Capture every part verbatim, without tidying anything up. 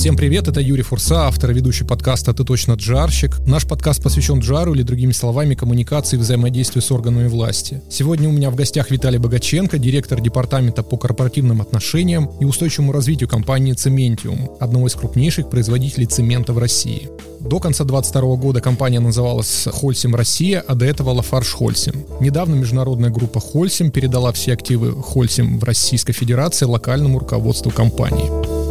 Всем привет, это Юрий Фурса, автор и ведущий подкаста «Ты точно джарщик». Наш подкаст посвящен джару или, другими словами, коммуникации и взаимодействию с органами власти. Сегодня у меня в гостях Виталий Богаченко, директор департамента по корпоративным отношениям и устойчивому развитию компании «Цементиум», одного из крупнейших производителей цемента в России. До конца двадцать второго года компания называлась «Хольсим Россия», а до этого «Лафарж Хольсим». Недавно международная группа «Хольсим» передала все активы «Хольсим» в Российской Федерации локальному руководству компании.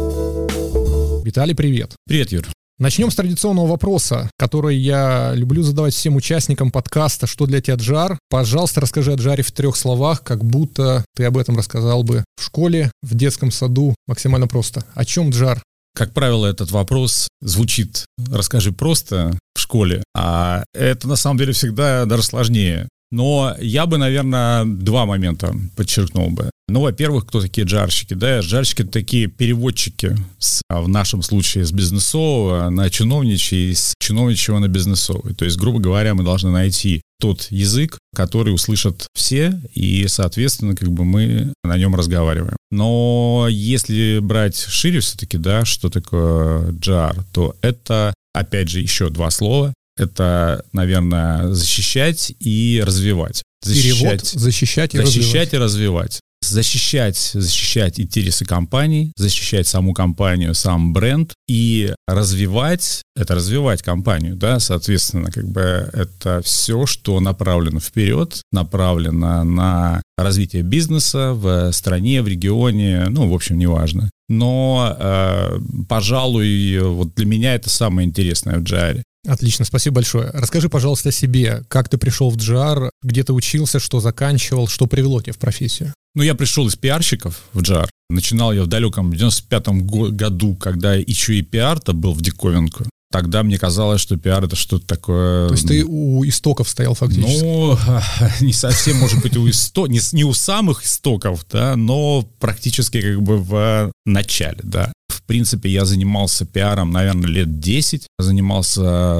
Виталий, привет. Привет, Юр. Начнем с традиционного вопроса, который я люблю задавать всем участникам подкаста «Что для тебя джар?». Пожалуйста, расскажи о джаре в трех словах, как будто ты об этом рассказал бы в школе, в детском саду, максимально просто. О чем джар? Как правило, этот вопрос звучит «расскажи просто» в школе, а это на самом деле всегда даже сложнее. Но я бы, наверное, два момента подчеркнул бы. Ну, во-первых, кто такие джарщики? Да, джарщики — это такие переводчики, с, в нашем случае с бизнесового на чиновничий, и с чиновничьего на бизнесовый. То есть, грубо говоря, мы должны найти тот язык, который услышат все, и, соответственно, как бы мы на нем разговариваем. Но если брать шире все-таки, да, что такое джар, то это, опять же, еще два слова. Это, наверное, защищать и развивать. Защищать, Перевод, защищать и защищать развивать. и развивать. Защищать, защищать интересы компании, защищать саму компанию, сам бренд и развивать, это развивать компанию, да, соответственно, как бы это все, что направлено вперед, направлено на развитие бизнеса в стране, в регионе, ну, в общем, неважно. Но, э, пожалуй, вот для меня это самое интересное в джаре. Отлично, спасибо большое. Расскажи, пожалуйста, о себе. Как ты пришел в джар, где ты учился, что заканчивал, что привело тебя в профессию? Ну, я пришел из пиарщиков в джар. Начинал я в далеком девяносто пятом году, когда еще и пиар-то был в диковинку. Тогда мне казалось, что пиар — это что-то такое... То есть ты у истоков стоял фактически? Ну, не совсем, может быть, у истоков, не, не у самых истоков, да, но практически как бы в начале, да. В принципе, я занимался пиаром, наверное, лет десять. Занимался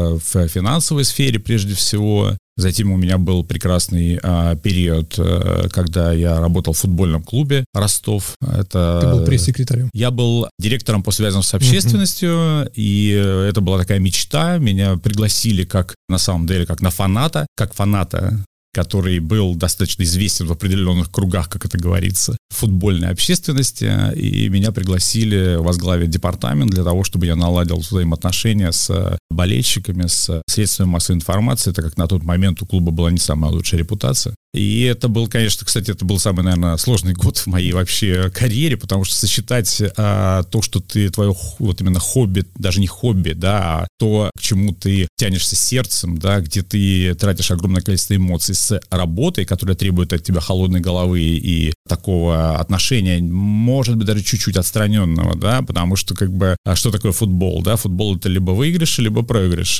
в финансовой сфере прежде всего. Затем у меня был прекрасный а, период, а, когда я работал в футбольном клубе Ростов. Это... Ты был пресс-секретарем? Я был директором по связям с общественностью, uh-huh. и это была такая мечта. Меня пригласили как, на самом деле, как на фаната, как фаната, который был достаточно известен в определенных кругах, как это говорится, футбольной общественности, и меня пригласили возглавить департамент для того, чтобы я наладил взаимоотношения с болельщиками, с средствами массовой информации, так как на тот момент у клуба была не самая лучшая репутация. И это был, конечно, кстати, это был самый, наверное, сложный год в моей вообще карьере, потому что сочетать а, то, что ты, твое вот именно хобби, даже не хобби, да, а то, к чему ты тянешься сердцем, да, где ты тратишь огромное количество эмоций с работой, которая требует от тебя холодной головы и такого отношения, может быть, даже чуть-чуть отстраненного, да, потому что, как бы, а что такое футбол, да, футбол — это либо выигрыш, либо проигрыш.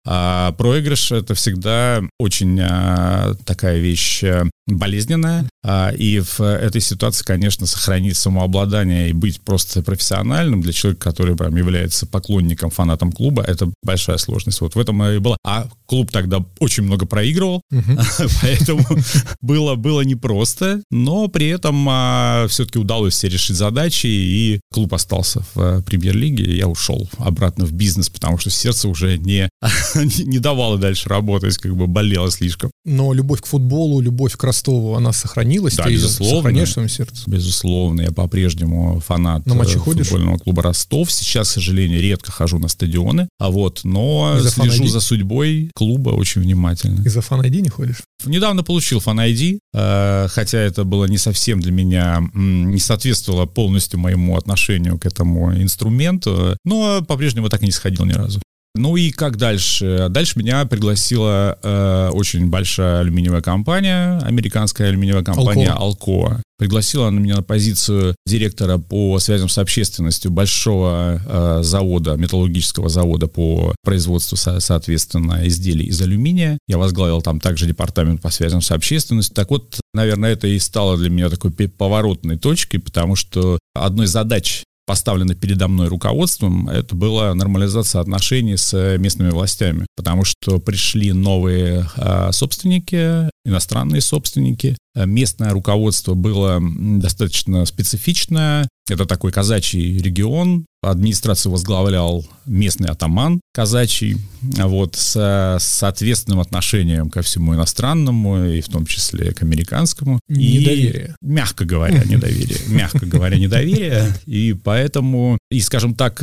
А проигрыш — это всегда очень а, такая вещь болезненная, а, и в этой ситуации, конечно, сохранить самообладание и быть просто профессиональным для человека, который прям является поклонником, фанатом клуба, это большая сложность. Вот в этом и было. А клуб тогда очень много проигрывал, uh-huh. поэтому было, было непросто, но при этом а, все-таки удалось все решить задачи, и клуб остался в премьер-лиге, и я ушел обратно в бизнес, потому что сердце уже не, не давало дальше работать, как бы болело слишком. Но любовь к футболу, любовь к Ростову, она сохранилась? Да, ты безусловно. Сохраняешь в своем сердце? Безусловно, я по-прежнему фанат на матчи футбольного ходишь? клуба Ростов. Сейчас, к сожалению, редко хожу на стадионы, а вот, но за слежу за судьбой клуба очень внимательно. И за Fan ай ди не ходишь? Недавно получил Fan ай ди, хотя это было не совсем для меня, не соответствовало полностью моему отношению к этому инструменту, но по-прежнему так и не сходил ни разу. Ну и как дальше? Дальше меня пригласила э, очень большая алюминиевая компания, американская алюминиевая компания Alcoa. Пригласила она меня на позицию директора по связям с общественностью большого э, завода, металлургического завода по производству, со- соответственно, изделий из алюминия. Я возглавил там также департамент по связям с общественностью. Так вот, наверное, это и стало для меня такой поворотной точкой, потому что одной из задач, поставлено передо мной руководством, это была нормализация отношений с местными властями, потому что пришли новые э, собственники, иностранные собственники. Местное руководство было достаточно специфичное. Это такой казачий регион. Администрацию возглавлял местный атаман казачий, вот, с соответственным отношением ко всему иностранному, и в том числе к американскому. Недоверие. И, мягко говоря, недоверие. Мягко говоря, недоверие. И поэтому, и, скажем так,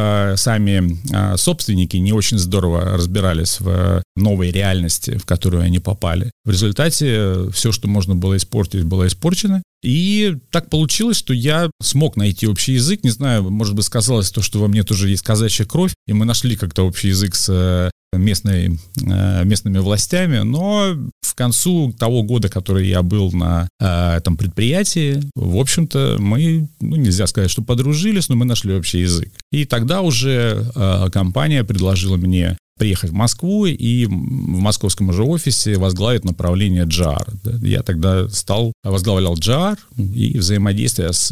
сами собственники не очень здорово разбирались в новой реальности, в которую они попали. В результате все, что можно было испортить, было испорчено. И так получилось, что я смог найти общий язык. Не знаю, может быть, сказалось то, что во мне тоже есть казачья кровь, и мы нашли как-то общий язык с местной, местными властями. Но в концу того года, который я был на этом предприятии, в общем-то, мы, ну, нельзя сказать, что подружились, но мы нашли общий язык. И тогда уже компания предложила мне приехать в Москву и в московском же офисе возглавить направление джи ар. Я тогда стал, возглавлял джи ар и взаимодействие с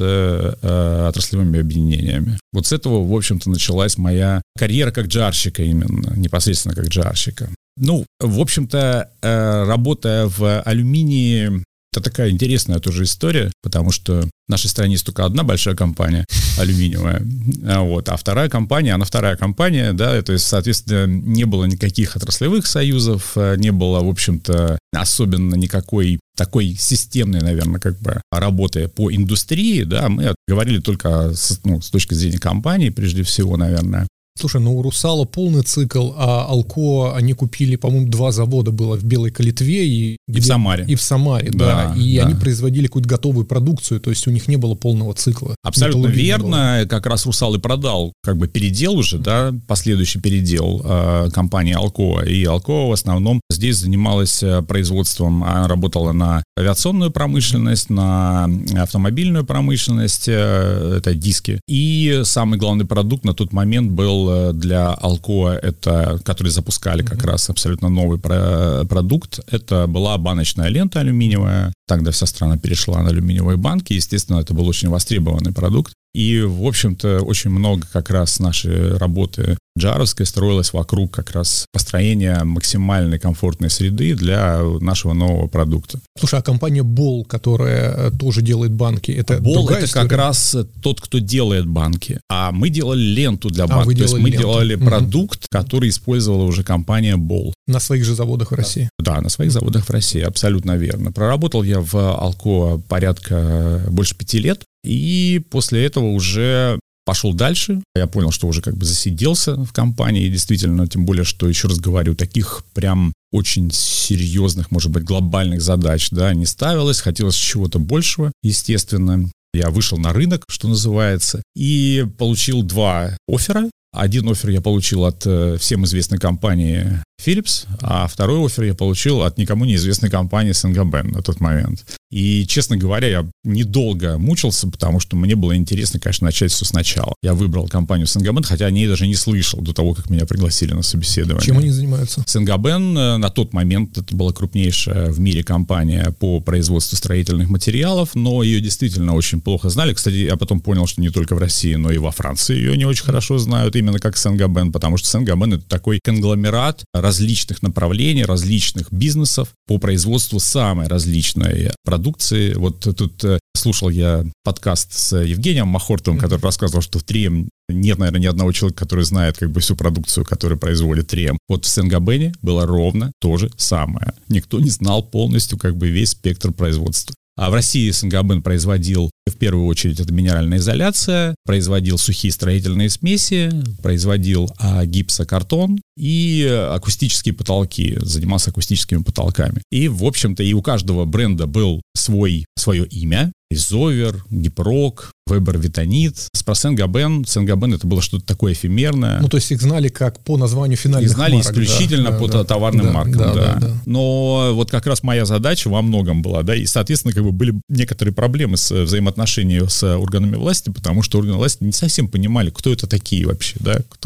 э, отраслевыми объединениями. Вот с этого, в общем-то, началась моя карьера как джи ар-щика именно, непосредственно как джи ар-щика. Ну, в общем-то, э, работая в алюминии, это такая интересная тоже история, потому что в нашей стране есть только одна большая компания алюминиевая, вот, а вторая компания, она вторая компания, да, то есть, соответственно, не было никаких отраслевых союзов, не было, в общем-то, особенно никакой такой системной, наверное, как бы работы по индустрии, да, мы говорили только с, ну, с точки зрения компании, прежде всего, наверное. Слушай, ну у «Русала» полный цикл, а «Алкоа» они купили, по-моему, два завода было в Белой Калитве и, и в Самаре. И в Самаре, да. да и да. они производили какую-то готовую продукцию, то есть у них не было полного цикла. Абсолютно верно. Как раз «Русал» и продал, как бы передел уже, да, последующий передел э, компании «Алкоа». И «Алкоа» в основном здесь занималась производством, она работала на авиационную промышленность, на автомобильную промышленность, э, это диски. И самый главный продукт на тот момент был для «Алкоа», это, который запускали как mm-hmm. раз абсолютно новый про- продукт, это была баночная лента алюминиевая. Тогда вся страна перешла на алюминиевые банки. Естественно, это был очень востребованный продукт. И, в общем-то, очень много как раз нашей работы джаровской строилось вокруг как раз построения максимальной комфортной среды для нашего нового продукта. Слушай, а компания Ball, которая тоже делает банки, это Ball другая это история? Как раз тот, кто делает банки. А мы делали ленту для банков. А, То есть мы ленту. делали угу. продукт, который использовала уже компания Ball. На своих же заводах в России? Да, на своих заводах в России, абсолютно верно. Проработал я в «Алкоа» порядка больше пяти лет. И после этого уже пошел дальше. Я понял, что уже как бы засиделся в компании. И действительно, тем более, что, еще раз говорю, таких прям очень серьезных, может быть, глобальных задач, да, не ставилось. Хотелось чего-то большего, естественно. Я вышел на рынок, что называется, и получил два оффера. Один оффер я получил от э, всем известной компании Philips, а второй оффер я получил от никому неизвестной компании Saint-Gobain на тот момент. И, честно говоря, я недолго мучился, потому что мне было интересно, конечно, начать все сначала. Я выбрал компанию Saint-Gobain, хотя о ней даже не слышал до того, как меня пригласили на собеседование. Чем они занимаются? Saint-Gobain на тот момент это была крупнейшая в мире компания по производству строительных материалов, но ее действительно очень плохо знали. Кстати, я потом понял, что не только в России, но и во Франции ее не очень хорошо знают, именно как Saint-Gobain, потому что Saint-Gobain это такой конгломерат различных направлений, различных бизнесов по производству самой различной продукции. Вот тут э, слушал я подкаст с Евгением Махортовым, который рассказывал, что в три эм нет, наверное, ни одного человека, который знает как бы всю продукцию, которую производит три эм. Вот в Saint-Gobain было ровно то же самое. Никто не знал полностью как бы весь спектр производства. А в России Saint-Gobain производил, в первую очередь, это минеральная изоляция, производил сухие строительные смеси, производил а, гипсокартон и акустические потолки, занимался акустическими потолками. И, в общем-то, и у каждого бренда был свой, свое имя. Изовер, Гипрок, Вебер Витанит. Про Saint-Gobain, Saint-Gobain это было что-то такое эфемерное. Ну, то есть их знали как по названию финальных их знали марок. исключительно да, по да, товарным да, маркам, да, да. Да, да. Но вот как раз моя задача во многом была, да, и, соответственно, как бы были некоторые проблемы с взаимоотношениями с органами власти, потому что органы власти не совсем понимали, кто это такие вообще, да, кто вы.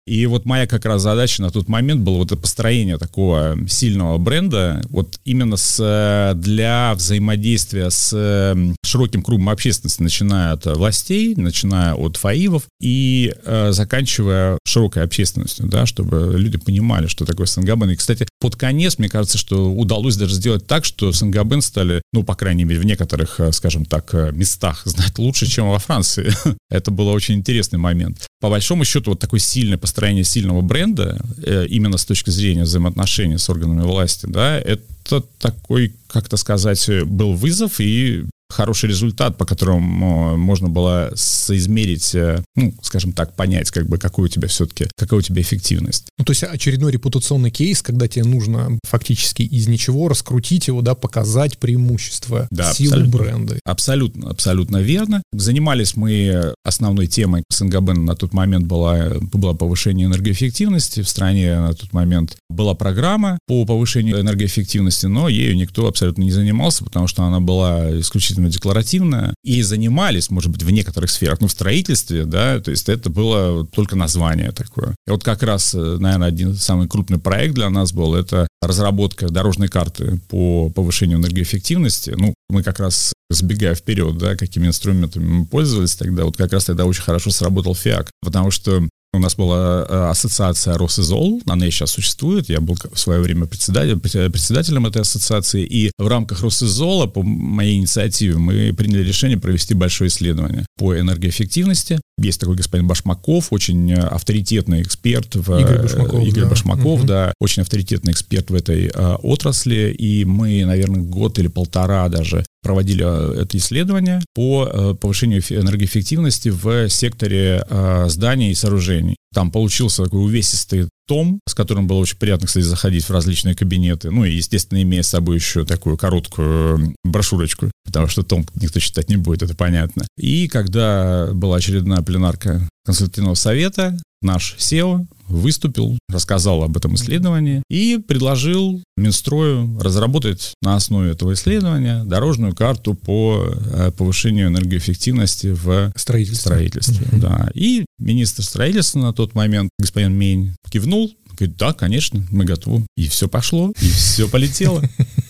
И вот моя как раз задача на тот момент была вот это построение такого сильного бренда, вот именно с, для взаимодействия с широким кругом общественности, начиная от властей, начиная от ФАИВов и э, заканчивая широкой общественностью, да, чтобы люди понимали, что такое Сангабен. И, кстати, под конец, мне кажется, что удалось даже сделать так, что Сангабен стали, ну, по крайней мере, в некоторых, скажем так, местах знать лучше, чем во Франции. Это был очень интересный момент. По большому счету, вот такое сильное построение сильного бренда, э, именно с точки зрения взаимоотношений с органами власти, да, это такой, как-то сказать, был вызов и хороший результат, по которому можно было соизмерить, ну, скажем так, понять, как бы, какой у тебя все-таки, какая у тебя эффективность. Ну, то есть очередной репутационный кейс, когда тебе нужно фактически из ничего раскрутить его, да, показать преимущества, да, силу абсолютно, бренда. Абсолютно, абсолютно верно. Занимались мы, основной темой Сангабена на тот момент была, было повышение энергоэффективности. В стране на тот момент была программа по повышению энергоэффективности, но ею никто абсолютно не занимался, потому что она была исключительно декларативная, и занимались, может быть, в некоторых сферах, ну, в строительстве, да, то есть это было только название такое. И вот как раз, наверное, один самый крупный проект для нас был, это разработка дорожной карты по повышению энергоэффективности. Ну, мы как раз, сбегая вперед, да, какими инструментами мы пользовались тогда, вот как раз тогда очень хорошо сработал ФИАК, потому что у нас была ассоциация Росизол, она и сейчас существует, я был в свое время председателем, председателем этой ассоциации, и в рамках Росизола, по моей инициативе, мы приняли решение провести большое исследование по энергоэффективности. Есть такой господин Башмаков, очень авторитетный эксперт. В, Игорь Башмаков, Игорь да. Башмаков, угу. да, очень авторитетный эксперт в этой а, отрасли, и мы, наверное, год или полтора даже проводили это исследование по а, повышению энергоэффективности в секторе а, зданий и сооружений. Там получился такой увесистый том, с которым было очень приятно, кстати, заходить в различные кабинеты. Ну и, естественно, имея с собой еще такую короткую брошюрочку, потому что том никто читать не будет, это понятно. И когда была очередная пленарка консультативного совета, наш сео выступил, рассказал об этом исследовании и предложил Минстрою разработать на основе этого исследования дорожную карту по повышению энергоэффективности в строительстве. строительстве mm-hmm. да. И министр строительства на тот момент, господин Мень, кивнул, говорит, да, конечно, мы готовы. И все пошло, и все полетело.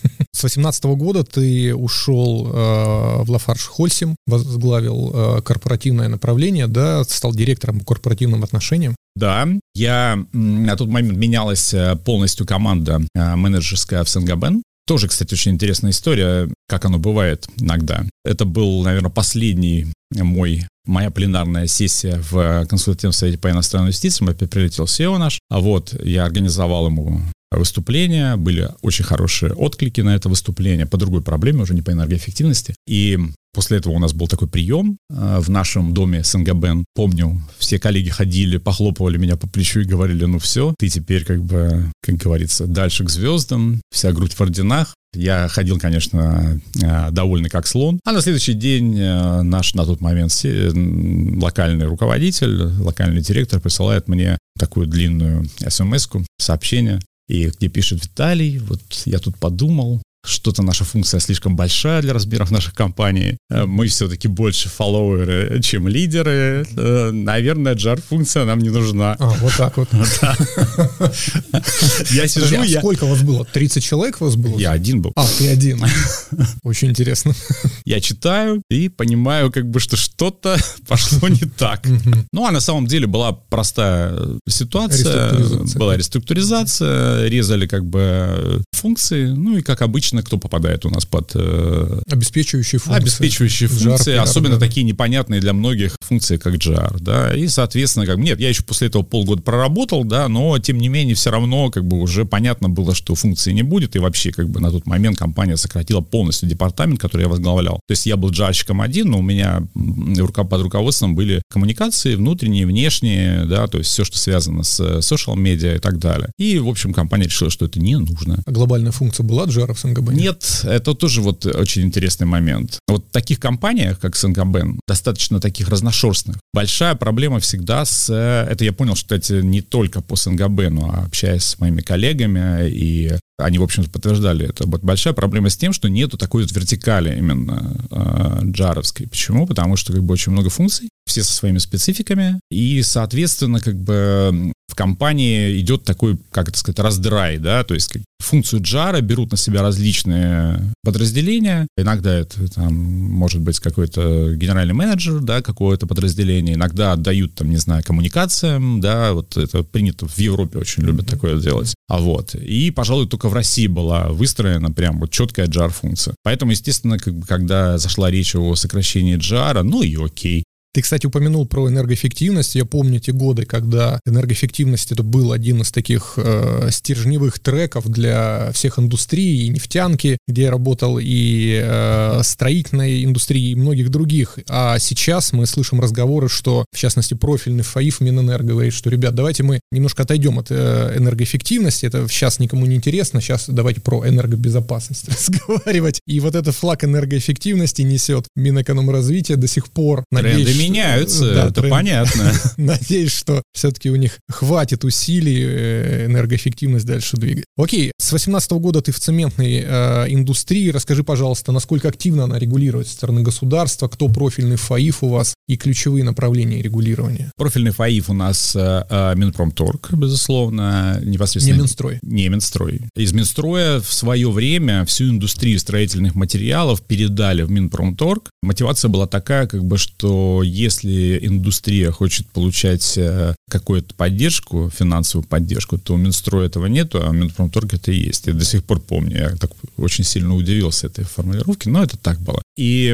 С восемнадцатого года ты ушел э, в Лафарж-Хольсим, возглавил э, корпоративное направление, да, стал директором по корпоративным отношениям. Да, я на тот момент менялась полностью команда э, менеджерская в Сангабен. Тоже, кстати, очень интересная история, как оно бывает иногда. Это был, наверное, последний мой, моя пленарная сессия в консультативном совете по иностранным инвестициям. Опять прилетел сео наш. А вот я организовал ему выступление, были очень хорошие отклики на это выступление по другой проблеме, уже не по энергоэффективности. И после этого у нас был такой прием э, в нашем доме Сангабен. Помню, все коллеги ходили, похлопывали меня по плечу и говорили, ну все, ты теперь, как бы, как говорится, дальше к звездам, вся грудь в орденах. Я ходил, конечно, довольный как слон. А на следующий день наш на тот момент локальный руководитель, локальный директор присылает мне такую длинную смс-ку, сообщение, и где пишет: Виталий, вот я тут подумал, что-то наша функция слишком большая для размеров наших компаний. Мы все-таки больше фолловеры, чем лидеры. Наверное, джар-функция нам не нужна. А, вот так вот. Я сижу, я... Сколько вас было? тридцать человек вас было? Я один был. А, ты один. Очень интересно. Я читаю и понимаю, как бы, что что-то пошло не так. Ну, а на самом деле была простая ситуация. Была реструктуризация. Резали, как бы, функции. Ну, и, как обычно, кто попадает у нас под... Э, обеспечивающие функции. Обеспечивающие функции, джар, особенно да. такие непонятные для многих функции, как джар, да, и, соответственно, как нет, я еще после этого полгода проработал, да, но, тем не менее, все равно, как бы, уже понятно было, что функции не будет, и вообще, как бы, на тот момент компания сократила полностью департамент, который я возглавлял. То есть я был джарщиком один, но у меня под руководством были коммуникации внутренние, внешние, да, то есть все, что связано с social-медиа и так далее. И, в общем, компания решила, что это не нужно. А глобальная функция была джара в Сангабене? Нет, это тоже вот очень интересный момент. Вот в таких компаниях, как Сангабен, достаточно таких разношерстных. Большая проблема всегда с... Это я понял, что это не только по Сангабену, а общаясь с моими коллегами, и они, в общем-то, подтверждали это. Вот большая проблема с тем, что нету такой вот вертикали именно э, джаровской. Почему? Потому что, как бы, очень много функций, все со своими спецификами, и, соответственно, как бы в компании идет такой, как это сказать, раздрай, да, то есть как, функцию джара берут на себя различные подразделения, иногда это там может быть какой-то генеральный менеджер, да, какое-то подразделение, иногда отдают, там, не знаю, коммуникациям, да, вот это принято в Европе, очень любят mm-hmm. такое делать, а вот, и, пожалуй, только в России была выстроена прям вот четкая джар-функция, поэтому, естественно, как бы, когда зашла речь о сокращении джара, ну и окей. Ты, кстати, упомянул про энергоэффективность. Я помню те годы, когда энергоэффективность это был один из таких э, стержневых треков для всех индустрий, и нефтянки, где я работал, и э, строительной индустрии, и многих других. А сейчас мы слышим разговоры, что, в частности, профильный ФАИФ Минэнерго говорит, что, ребят, давайте мы немножко отойдем от э, энергоэффективности. Это сейчас никому не интересно. Сейчас давайте про энергобезопасность разговаривать. И вот этот флаг энергоэффективности несет Минэкономразвития до сих пор. Надеюсь, меняются, да, это тренд. Понятно. Надеюсь, что все-таки у них хватит усилий энергоэффективность дальше двигать. Окей, с восемнадцатого года ты в цементной э, индустрии. Расскажи, пожалуйста, насколько активно она регулируется со стороны государства, кто профильный ФАИФ у вас и ключевые направления регулирования? Профильный ФАИФ у нас э, Минпромторг, безусловно, непосредственно. Не Минстрой. Не Минстрой. Из Минстроя в свое время всю индустрию строительных материалов передали в Минпромторг. Мотивация была такая, как бы, что если индустрия хочет получать какую-то поддержку, финансовую поддержку, то у Минстроя этого нету, а у Минпромторга это и есть. Я до сих пор помню, я так очень сильно удивился этой формулировке, но это так было. И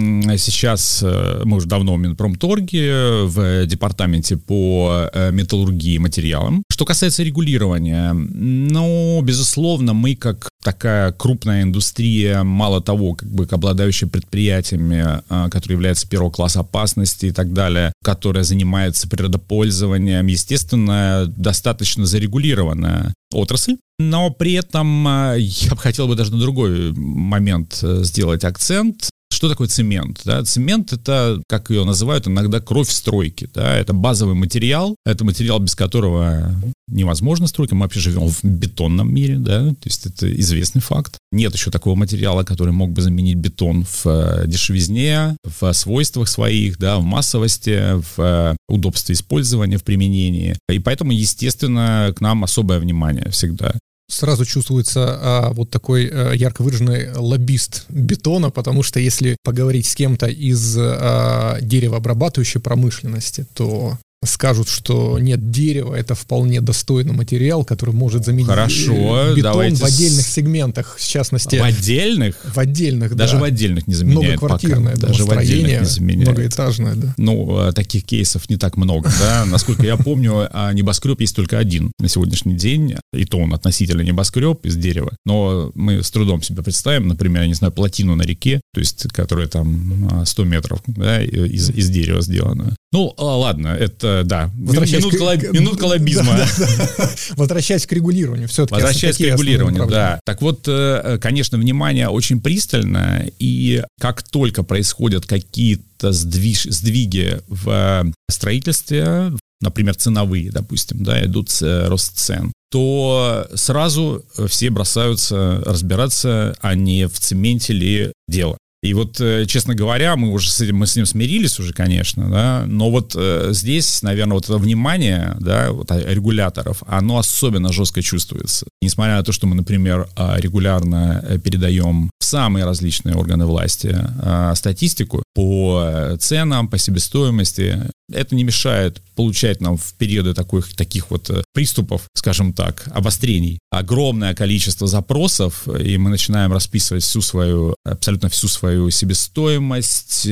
сейчас мы уже давно в Минпромторге, в департаменте по металлургии и материалам. Что касается регулирования, ну, безусловно, мы как такая крупная индустрия, мало того, как бы обладающая предприятиями, которые являются первого класса опасности и так далее, которая занимается природопользованием, естественно, достаточно зарегулированная отрасль. Но при этом я бы хотел бы даже на другой момент сделать акцент. Что такое цемент? Да? Цемент — это, как ее называют иногда, кровь стройки. Да? Это базовый материал, это материал, без которого невозможно стройка. Мы вообще живем в бетонном мире, да? То есть это известный факт. Нет еще такого материала, который мог бы заменить бетон в дешевизне, в свойствах своих, да, в массовости, в удобстве использования, в применении. И поэтому, естественно, к нам особое внимание всегда. Сразу чувствуется а, вот такой а, ярко выраженный лоббист бетона, потому что если поговорить с кем-то из а, деревообрабатывающей промышленности, то скажут, что нет, дерево — это вполне достойный материал, который может заменить Хорошо, бетон в отдельных сегментах, в частности. В отдельных? В отдельных, Даже да. в отдельных не заменяет пока. Многоквартирное Даже в отдельных не заменяет. Многоэтажное, да. Ну, таких кейсов не так много, да. Насколько я помню, небоскреб есть только один на сегодняшний день, и то он относительно небоскреб из дерева. Но мы с трудом себе представим, например, я не знаю, плотину на реке, то есть, которая там сто метров, да, из, из дерева сделана. Ну, минутка, это, да, минутка, к... минутка лоббизма. Да, да, да. Возвращаясь к регулированию. Все-таки Возвращаясь к регулированию, да. Так вот, конечно, внимание очень пристально, и как только происходят какие-то сдвиж, сдвиги в строительстве, например, ценовые, допустим, да, идут рост цен, то сразу все бросаются разбираться, а не в цементе ли дело. И вот, честно говоря, мы уже с этим, мы с ним смирились уже, конечно, да, но вот э, здесь, наверное, вот это внимание, да, вот регуляторов, оно особенно жестко чувствуется. Несмотря на то, что мы, например, регулярно передаем в самые различные органы власти э, статистику по ценам, по себестоимости, это не мешает получать нам в периоды таких, таких вот приступов, скажем так, обострений, огромное количество запросов, и мы начинаем расписывать всю свою, абсолютно всю свою себестоимость,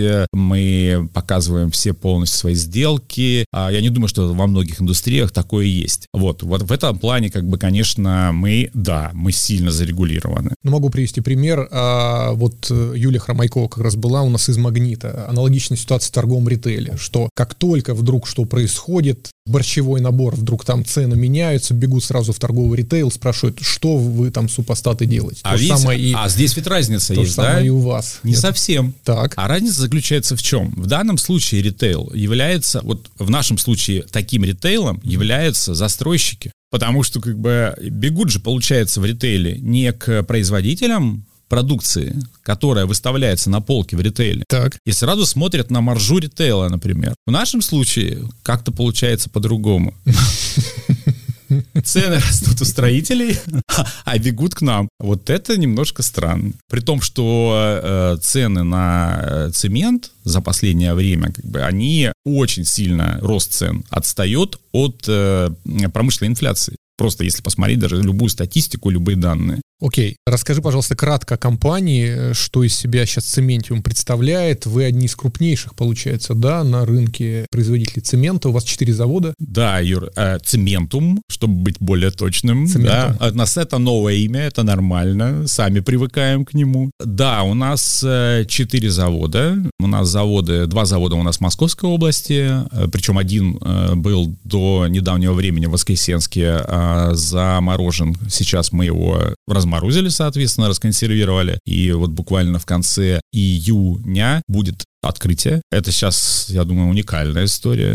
мы показываем все полностью свои сделки. Я не думаю, что во многих индустриях такое есть. Вот, вот в этом плане, как бы, конечно, мы, да, мы сильно зарегулированы. Ну, могу привести пример. Вот Юлия Хромайкова как раз была у нас из «Магнита». Аналогичная ситуация в торговом ритейле, что как только вдруг что происходит, борщевой набор, вдруг там цены меняются, бегут сразу в торговый ритейл, спрашивают, что вы там, супостаты, делаете. А, ведь, и, а здесь ведь разница есть, да? То же самое и у вас. Не Это. совсем. Так. А разница заключается в чем? В данном случае ритейл является, вот в нашем случае таким ритейлом являются застройщики. Потому что как бы бегут же, получается, в ритейле не к производителям продукции, которая выставляется на полке в ритейле, так. и сразу смотрят на маржу ритейла, например. В нашем случае как-то получается по-другому. Цены растут у строителей, а бегут к нам. Вот это немножко странно. При том, что э, цены на цемент за последнее время, как бы, они очень сильно, рост цен отстает от э, промышленной инфляции. Просто если посмотреть даже любую статистику, любые данные. Окей, расскажи, пожалуйста, кратко о компании, что из себя сейчас Цементиум представляет. Вы одни из крупнейших, получается, да, на рынке производителей цемента. У вас четыре завода. Да, Юр, э, Цементум, чтобы быть более точным. Цементум. Да. У нас это новое имя, это нормально, сами привыкаем к нему. Да, у нас э, четыре завода. У нас заводы, два завода у нас в Московской области, э, причем один э, был до недавнего времени в Воскресенске э, заморожен. Сейчас мы его разморозили. Морозили, соответственно, расконсервировали. И вот буквально в конце июня будет открытие. Это сейчас, я думаю, уникальная история,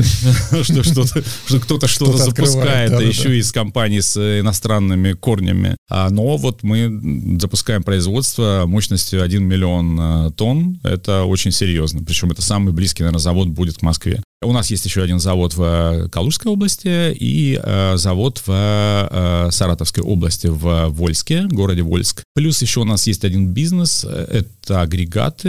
что кто-то что-то запускает, да еще из компаний с иностранными корнями. Но вот мы запускаем производство мощностью один миллион тонн. Это очень серьезно. Причем это самый близкий, наверное, завод будет к Москве. У нас есть еще один завод в Калужской области и э, завод в э, Саратовской области, в Вольске, городе Вольск. Плюс еще у нас есть один бизнес, это агрегаты,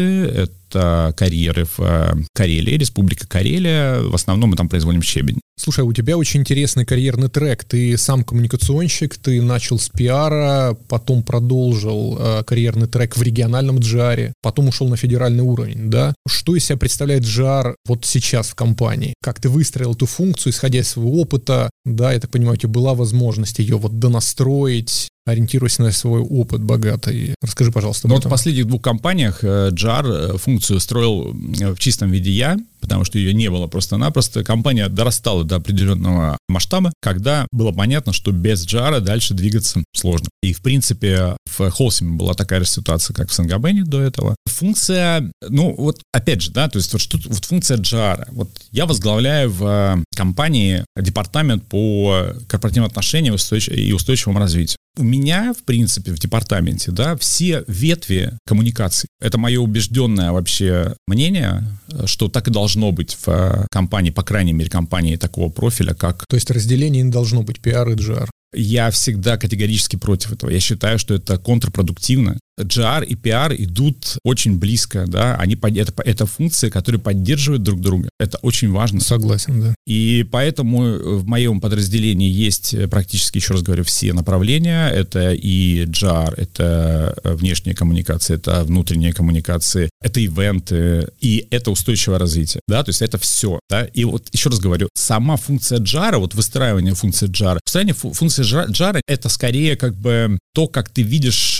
это карьеры в э, Карелии, Республика Карелия. В основном мы там производим щебень. Слушай, у тебя очень интересный карьерный трек. Ты сам коммуникационщик, ты начал с пиара, потом продолжил э, карьерный трек в региональном джи ар, потом ушел на федеральный уровень, да? Что из себя представляет джи ар вот сейчас в компании? Как ты выстроил эту функцию, исходя из своего опыта? Да, я так понимаю, у тебя была возможность ее вот донастроить, ориентируясь на свой опыт богатый. Расскажи, пожалуйста, об Но этом. Вот в последних двух компаниях джи ар функцию строил в чистом виде я, потому что ее не было просто-напросто. Компания дорастала до определенного масштаба, когда было понятно, что без джи ар дальше двигаться сложно. И, в принципе, в Холсиме была такая же ситуация, как в Сангабене до этого. Функция, ну, вот опять же, да, то есть вот, что, вот функция джи ар. Вот я возглавляю в компании департамент по корпоративным отношениям и устойчивому развитию. У меня, в принципе, в департаменте, да, все ветви коммуникаций. Это мое убежденное вообще мнение, что так и должно быть в компании, по крайней мере, компании такого профиля, как... То есть разделение не должно быть пиар и джи ар? Я всегда категорически против этого. Я считаю, что это контрпродуктивно. джи ар и пиар идут очень близко, да, они, это, это функции, которые поддерживают друг друга. Это очень важно. Согласен, да. И поэтому в моем подразделении есть практически, еще раз говорю, все направления. Это и джи ар, это внешние коммуникации, это внутренние коммуникации, это ивенты, и это устойчивое развитие, да, то есть это все, да. И вот еще раз говорю, сама функция джи ар, вот выстраивание функции джи ар, выстраивание функции джи ар это скорее как бы то, как ты видишь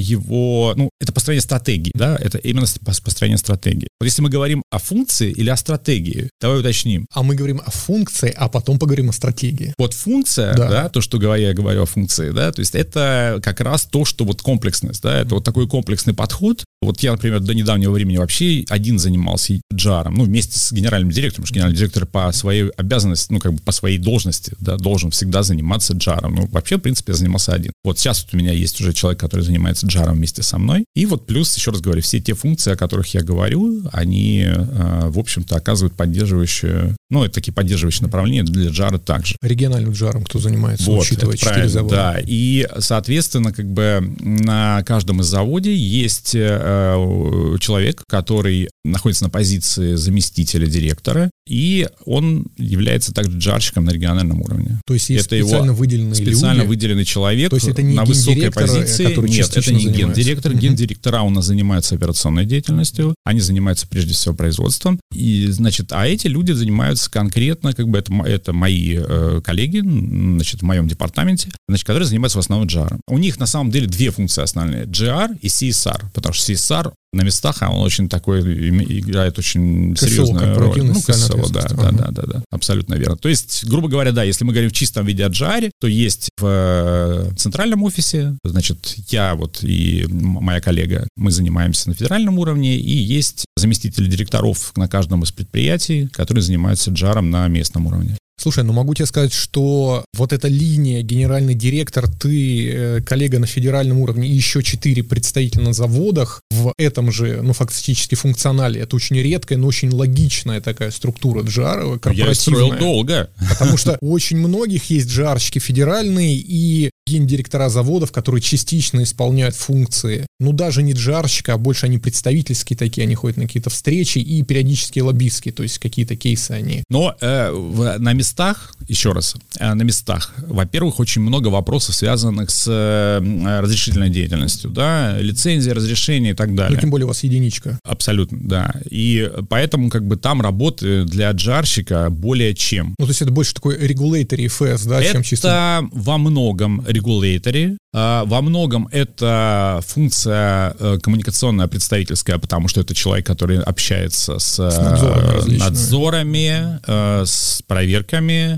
его, ну, это построение стратегии, да, это именно построение стратегии. Вот если мы говорим о функции или о стратегии, давай уточним. А мы говорим о функции, а потом поговорим о стратегии. Вот функция, да, да то, что я говорю о функции, да, то есть это как раз то, что вот комплексность, да, это вот такой комплексный подход. Вот я, например, до недавнего времени вообще один занимался джи ар, ну, вместе с генеральным директором, потому что генеральный директор по своей обязанности, ну, как бы по своей должности, да, должен всегда заниматься джи ар. Ну, вообще, в принципе, я занимался один. Вот сейчас вот у меня есть уже человек, который занимается джи ар вместе со мной. И вот плюс, еще раз говорю, все те функции, о которых я говорю, они, э, в общем-то, оказывают поддерживающие, ну, это такие поддерживающие направления для джи ар также. Региональным джи ар кто занимается, вот, учитывая четыре завода. Да, и, соответственно, как бы на каждом из заводе есть э, человек, который находится на позиции заместителя директора, и он является также джи ар-щиком на региональном уровне. То есть есть это специально его выделенные специально люди? выделенный человек. То есть это не на высокой позиции. Который Нет, это не гендиректор. Uh-huh. Гендиректора у нас занимаются операционной деятельностью, они занимаются прежде всего производством. И, значит, а эти люди занимаются конкретно, как бы это, это мои э, коллеги, значит, в моем департаменте, значит, которые занимаются в основном джи ар. У них на самом деле две функции основные: джи ар и си эс ар, потому что си эс ар на местах, а он очень такой, играет очень КСО, серьезную роль. Ну, КСО, да, ага. да, да, да, да, абсолютно верно. То есть, грубо говоря, да, если мы говорим в чистом виде о джи ар, то есть в центральном офисе, значит, я вот и моя коллега, мы занимаемся на федеральном уровне, и есть заместители директоров на каждом из предприятий, которые занимаются джи ар на местном уровне. Слушай, ну могу тебе сказать, что вот эта линия генеральный директор, ты, э, коллега на федеральном уровне и еще четыре представителя на заводах в этом же, ну фактически функционале, это очень редкая, но очень логичная такая структура джи ар корпоративная. Я строил долго. Потому что у очень многих есть джи ар-щики федеральные и гендиректора заводов, которые частично исполняют функции, ну даже не джи ар-щика, а больше они представительские такие, они ходят на какие-то встречи и периодически лоббистские, то есть какие-то кейсы они. Но э, в, на местах, еще раз, э, на местах, во-первых, очень много вопросов, связанных с э, разрешительной деятельностью, да, лицензия, разрешение и так далее. Ну, тем более у вас единичка. Абсолютно, да. И поэтому как бы там работы для джи ар-щика более чем. Ну, то есть это больше такой regulatory эф эс, да, это чем чисто... Это во многом регулятори, во многом это функция коммуникационная, представительская, потому что это человек, который общается с, с надзорами, надзорами, с проверками,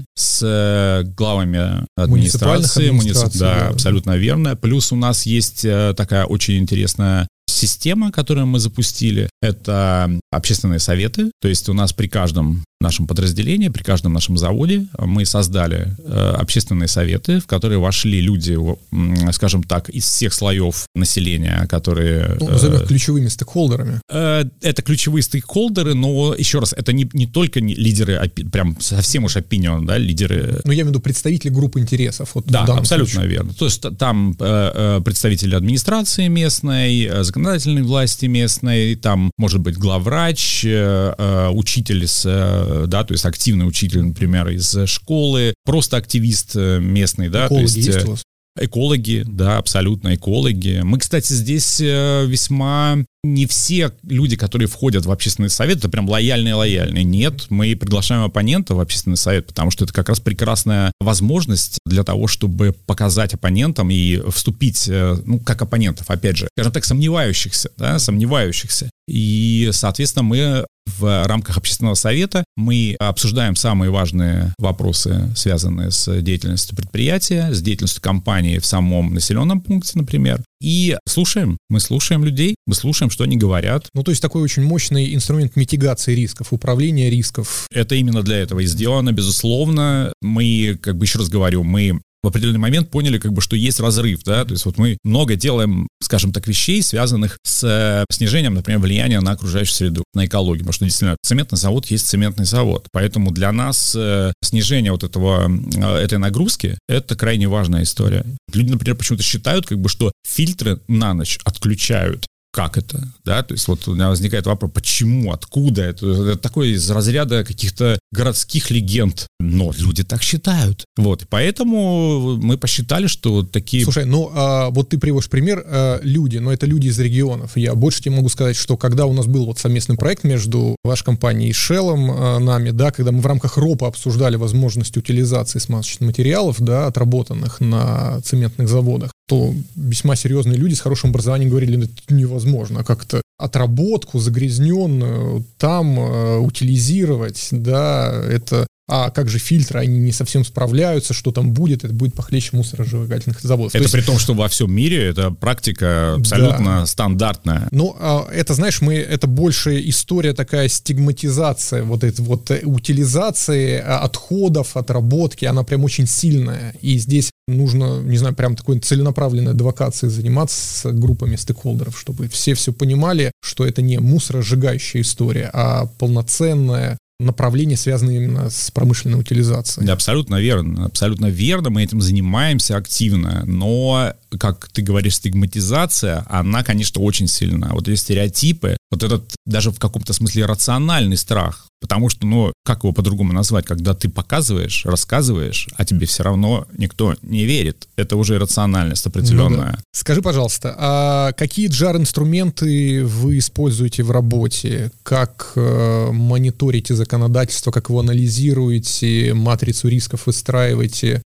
с главами администрации. администраций, да, да, абсолютно верно. Плюс у нас есть такая очень интересная система, которую мы запустили, это общественные советы. То есть у нас при каждом нашем подразделении, при каждом нашем заводе мы создали э, общественные советы, в которые вошли люди, э, скажем так, из всех слоев населения, которые... Ну, назовем их ключевыми стейкхолдерами. Э, это ключевые стейкхолдеры, но, еще раз, это не, не только не лидеры, опи- прям совсем уж opinion, да, лидеры... Ну, я имею в виду представители групп интересов. Вот да, абсолютно случае. верно. То есть там э, представители администрации местной, законодательной власти местной, там, может быть, главврач, э, э, учитель с... Э, да, то есть активный учитель, например, из школы, просто активист местный, да, экологи то есть... есть у вас? Экологи, да, абсолютно экологи. Мы, кстати, здесь весьма... Не все люди, которые входят в общественный совет, это прям лояльные-лояльные. Нет, мы приглашаем оппонента в общественный совет, потому что это как раз прекрасная возможность для того, чтобы показать оппонентам и вступить, ну, как оппонентов, опять же, скажем так, сомневающихся, да, сомневающихся. И, соответственно, мы в рамках общественного совета мы обсуждаем самые важные вопросы, связанные с деятельностью предприятия, с деятельностью компании в самом населенном пункте, например, и слушаем. Мы слушаем людей, мы слушаем, что они говорят. Ну, то есть такой очень мощный инструмент митигации рисков, управления рисков. Это именно для этого и сделано, безусловно. Мы, как бы еще раз говорю, мы в определенный момент поняли, как бы, что есть разрыв, да, то есть вот мы много делаем, скажем так, вещей, связанных с снижением, например, влияния на окружающую среду, на экологию, потому что действительно цементный завод есть цементный завод, поэтому для нас снижение вот этого, этой нагрузки — это крайне важная история. Люди, например, почему-то считают, как бы, что фильтры на ночь отключают. Как это, да, то есть вот у меня возникает вопрос, почему, откуда, это, это такое из разряда каких-то городских легенд, но люди так считают, вот, поэтому мы посчитали, что такие... Слушай, ну, а, вот ты приводишь пример, а, люди, но это люди из регионов, я больше тебе могу сказать, что когда у нас был вот совместный проект между вашей компанией и Shell, а, нами, да, когда мы в рамках ропа обсуждали возможность утилизации смазочных материалов, да, отработанных на цементных заводах, то весьма серьезные люди с хорошим образованием говорили, это невозможно, как-то отработку загрязненную там э, утилизировать, да, это... А как же фильтры, они не совсем справляются, что там будет, это будет похлеще мусоросжигательных заводов. Это то есть, при том, что во всем мире это практика абсолютно да. стандартная. Ну, это, знаешь, мы, это больше история такая стигматизация, вот этой вот утилизации отходов, отработки, она прям очень сильная. И здесь нужно, не знаю, прям такой целенаправленной адвокацией заниматься с группами стейкхолдеров, чтобы все все понимали, что это не мусоросжигающая история, а полноценная направления, связанные именно с промышленной утилизацией. Да, абсолютно верно. Абсолютно верно. Мы этим занимаемся активно. Но, как ты говоришь, стигматизация, она, конечно, очень сильна. Вот эти стереотипы, вот этот даже в каком-то смысле рациональный страх. Потому что, ну, как его по-другому назвать, когда ты показываешь, рассказываешь, а тебе все равно никто не верит. Это уже рациональность определенная. Ну, да. Скажи, пожалуйста, а какие джи ар-инструменты вы используете в работе? Как э, мониторите законодательство, как его анализируете, матрицу рисков выстраиваете?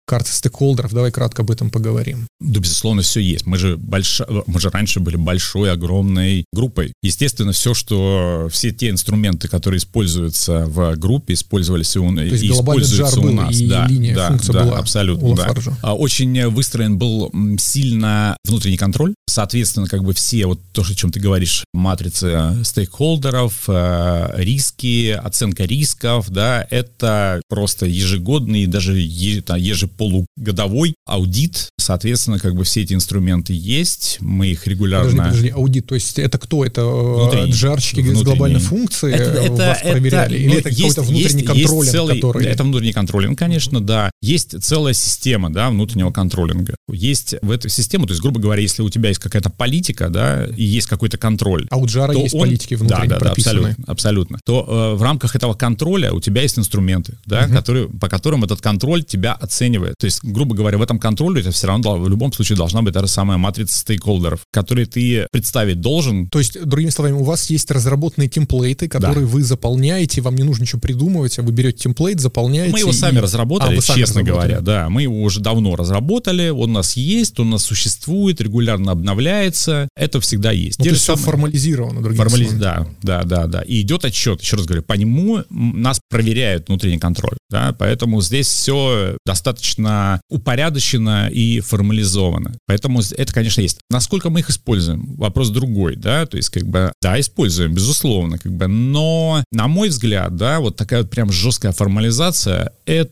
карты стейкхолдеров. Давай кратко об этом поговорим. Да, безусловно, все есть. Мы же, больш... мы же раньше были большой, огромной группой. Естественно, все, что... Все те инструменты, которые используются в группе, использовались и, у... и используются у нас. И да, линия, да, функция да, была абсолютно, у да. Lafarge. Очень выстроен был сильно внутренний контроль. Соответственно, как бы все, вот то, о чем ты говоришь, матрицы стейкхолдеров, риски, оценка рисков, да, это просто ежегодный, даже ежеполугодовой аудит. Соответственно, как бы все эти инструменты есть, мы их регулярно... Подожди, подожди, аудит, то есть это кто? Это внутренний, джарщики с глобальной функцией это, это, вас проверяли? Это, Или ну, это есть, какой-то внутренний есть, контролинг, есть целый, который... Это внутренний контролинг, конечно, да. Есть целая система, да, внутреннего контролинга. Есть в эту систему, то есть, грубо говоря, если у тебя есть какая-то политика, да, и есть какой-то контроль... А у джара есть он... политики внутренне да, да, прописанные. Да, абсолютно, абсолютно. То э, в рамках этого контроля у тебя есть инструменты, да, uh-huh. которые, по которым этот контроль тебя оценивает. То есть, грубо говоря, в этом контроле это все равно в любом случае должна быть та же самая матрица стейкхолдеров, которые ты представить должен. То есть, другими словами, у вас есть разработанные темплейты, которые да. вы заполняете, вам не нужно ничего придумывать, а вы берете темплейт, заполняете. Мы его сами и... разработали, а, сами честно разработали. говоря, да. Мы его уже давно разработали, он у нас есть, он у нас существует, регулярно обновляется, это всегда есть. Ну, то есть все самые... формализировано, другими Формализ... словами. Да, да, да, да. И идет отчет, еще раз говорю, по нему нас проверяет внутренний контроль, да, поэтому здесь все достаточно упорядочено и формализовано. Поэтому это, конечно, есть. Насколько мы их используем? Вопрос другой, да, то есть, как бы, да, используем, безусловно, как бы, но, на мой взгляд, да, вот такая вот прям жесткая формализация,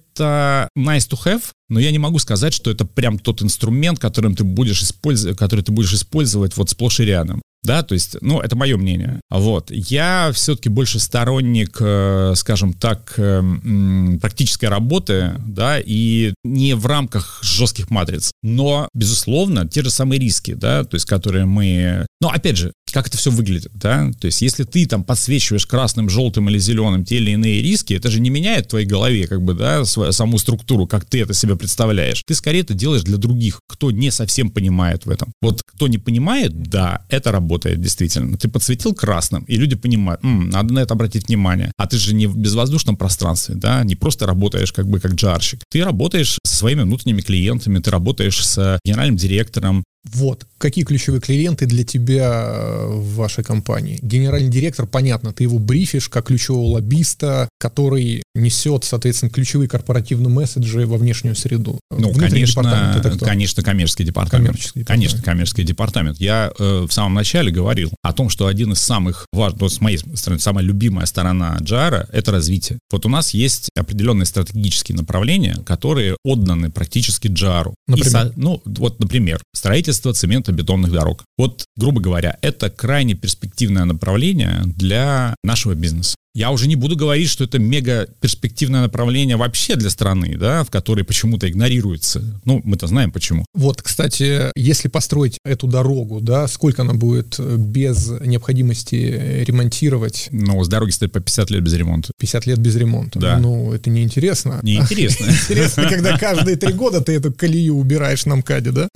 это nice to have, но я не могу сказать, что это прям тот инструмент, которым ты будешь использовать, который ты будешь использовать вот сплошь и рядом. Да, то есть, ну, это мое мнение. Вот. Я все-таки больше сторонник, скажем так, практической работы, да, и не в рамках жестких матриц. Но, безусловно, те же самые риски, да, то есть, которые мы... Но, опять же, как это все выглядит, да? То есть, если ты там подсвечиваешь красным, желтым или зеленым те или иные риски, это же не меняет в твоей голове, как бы, да, свою, саму структуру, как ты это себе представляешь. Ты скорее это делаешь для других, кто не совсем понимает в этом. Вот кто не понимает, да, это работает. Действительно. Ты подсветил красным, и люди понимают, м-м, надо на это обратить внимание. А ты же не в безвоздушном пространстве, да, не просто работаешь как бы как джарщик. Ты работаешь со своими внутренними клиентами, ты работаешь с генеральным директором. Вот, какие ключевые клиенты для тебя в вашей компании? Генеральный директор, понятно, ты его брифишь как ключевого лоббиста, который несет, соответственно, ключевые корпоративные месседжи во внешнюю среду. Ну, конечно, конечно, коммерческий департамент. Коммерческий департамент. Конечно, коммерческий департамент. Я э, в самом начале говорил о том, что один из самых важных, вот с моей стороны, самая любимая сторона джара — это развитие. Вот у нас есть определенные стратегические направления, которые отданы практически джару. Например? И со, ну, вот, например, строительство цементно-бетонных дорог. Вот, грубо говоря, это крайне перспективное направление для нашего бизнеса. Я уже не буду говорить, что это мега перспективное направление вообще для страны, да, в которой почему-то игнорируется. Ну, мы-то знаем почему. Вот, кстати, если построить эту дорогу, да, сколько она будет без необходимости ремонтировать? Ну, с дороги стоит по пятьдесят лет без ремонта. пятьдесят лет без ремонта. Да. Ну, это неинтересно. Неинтересно. Интересно, когда каждые три года ты эту колею убираешь на МКАДе, да?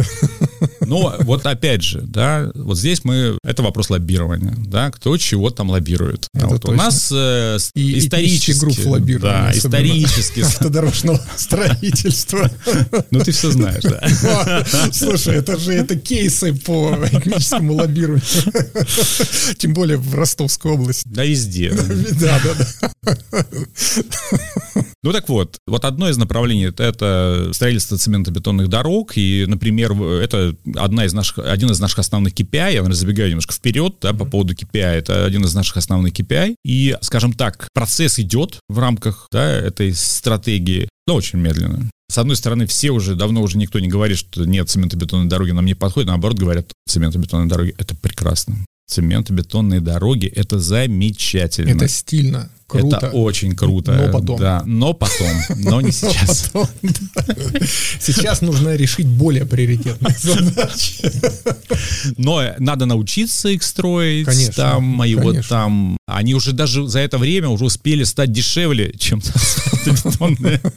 Но вот опять же, да, вот здесь мы, это вопрос лоббирования, да, кто чего там лоббирует. Вот у нас э, и, исторически, групп лоббирования, да, исторически автодорожного строительства. Ну ты все знаешь, да. Слушай, это же это кейсы по экономическому лоббированию, тем более в Ростовской области. Да, везде. Да, да, да. Ну так вот, вот одно из направлений — это строительство цементно-бетонных дорог, и, например, это одна из наших, один из наших основных кей пи ай, я, наверное, забегаю немножко вперед, да, по поводу кей пи ай, это один из наших основных кей пи ай, и, скажем так, процесс идет в рамках, да, этой стратегии, но очень медленно. С одной стороны, все уже, давно уже никто не говорит, что нет, цементно-бетонные дороги нам не подходят, наоборот, говорят, цементно-бетонные дороги — это прекрасно. Цементно-бетонные дороги — это замечательно. Это стильно. Круто. Это очень круто. Но потом. Да, но потом, но не сейчас. Но потом, да. Сейчас нужно решить более приоритетные задачи. Но надо научиться их строить. Конечно, там, и конечно. вот там, они уже даже за это время уже успели стать дешевле, чем бетонные.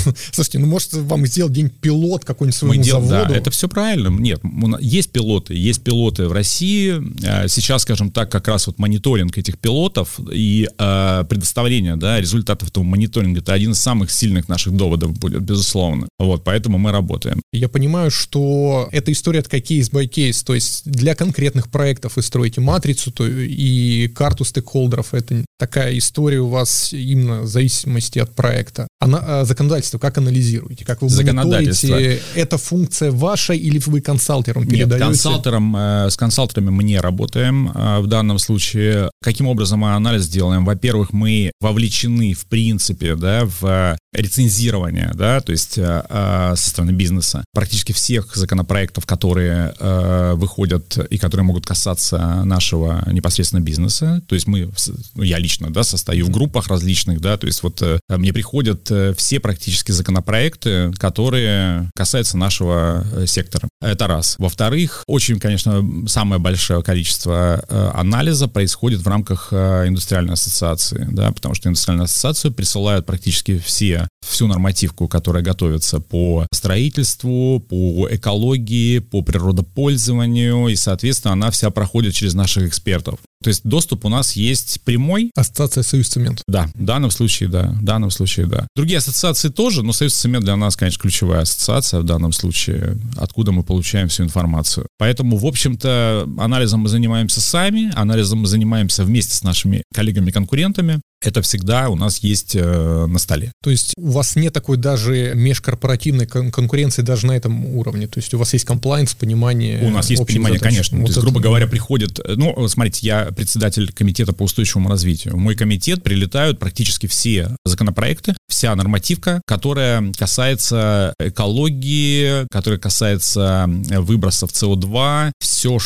Слушайте, ну может вам сделать день пилот какой-нибудь своему Мы дел... заводу? Да, это все правильно. Нет, есть пилоты, есть пилоты в России. Сейчас, скажем так, как раз вот мониторинг этих пилотов и э, предоставление, да, результатов этого мониторинга — это один из самых сильных наших доводов будет, безусловно. Вот, поэтому мы работаем. Я понимаю, что эта история такая кейс by кейс, то есть для конкретных проектов вы строите матрицу то и карту стейкхолдеров. Это такая история у вас именно в зависимости от проекта. А законодательство как анализируете? Как вы мониторите? Это функция ваша или вы консалтерам передаете? Нет, консалтером, э, с консалтерами мы не работаем э, в данном случае. Каким образом мы анализ делаем? Во-первых, мы вовлечены в принципе, да, в рецензирование, да, то есть э, э, со стороны бизнеса практически всех законопроектов, которые э, выходят и которые могут касаться нашего непосредственно бизнеса. То есть мы, ну, я лично, да, состою в группах различных, да, то есть вот э, мне приходят э, все практически законопроекты, которые касаются нашего э, сектора. Это раз. Во-вторых, очень, конечно, самое большое количество э, анализа происходит в рамках э, индустриальной ассоциации, да, потому что индустриальную ассоциацию присылают практически все, всю нормативку, которая готовится по строительству, по экологии, по природопользованию, и, соответственно, она вся проходит через наших экспертов. То есть доступ у нас есть прямой. Ассоциация «Союз Цемент». Да, в данном случае, да. В данном случае, да. Другие ассоциации тоже, но «Союз Цемент» для нас, конечно, ключевая ассоциация в данном случае, откуда мы получаем всю информацию. Поэтому, в общем-то, анализом мы занимаемся сами, анализом мы занимаемся вместе с нашими коллегами-конкурентами. Это всегда у нас есть э, на столе. То есть у вас нет такой даже межкорпоративной кон- конкуренции даже на этом уровне? То есть у вас есть комплайнс, понимание? У нас есть понимание, задач. конечно. Вот То есть, грубо говоря, приходит... Ну, смотрите, я председатель комитета по устойчивому развитию. В мой комитет прилетают практически все законопроекты, вся нормативка, которая касается экологии, которая касается выбросов си о два, все,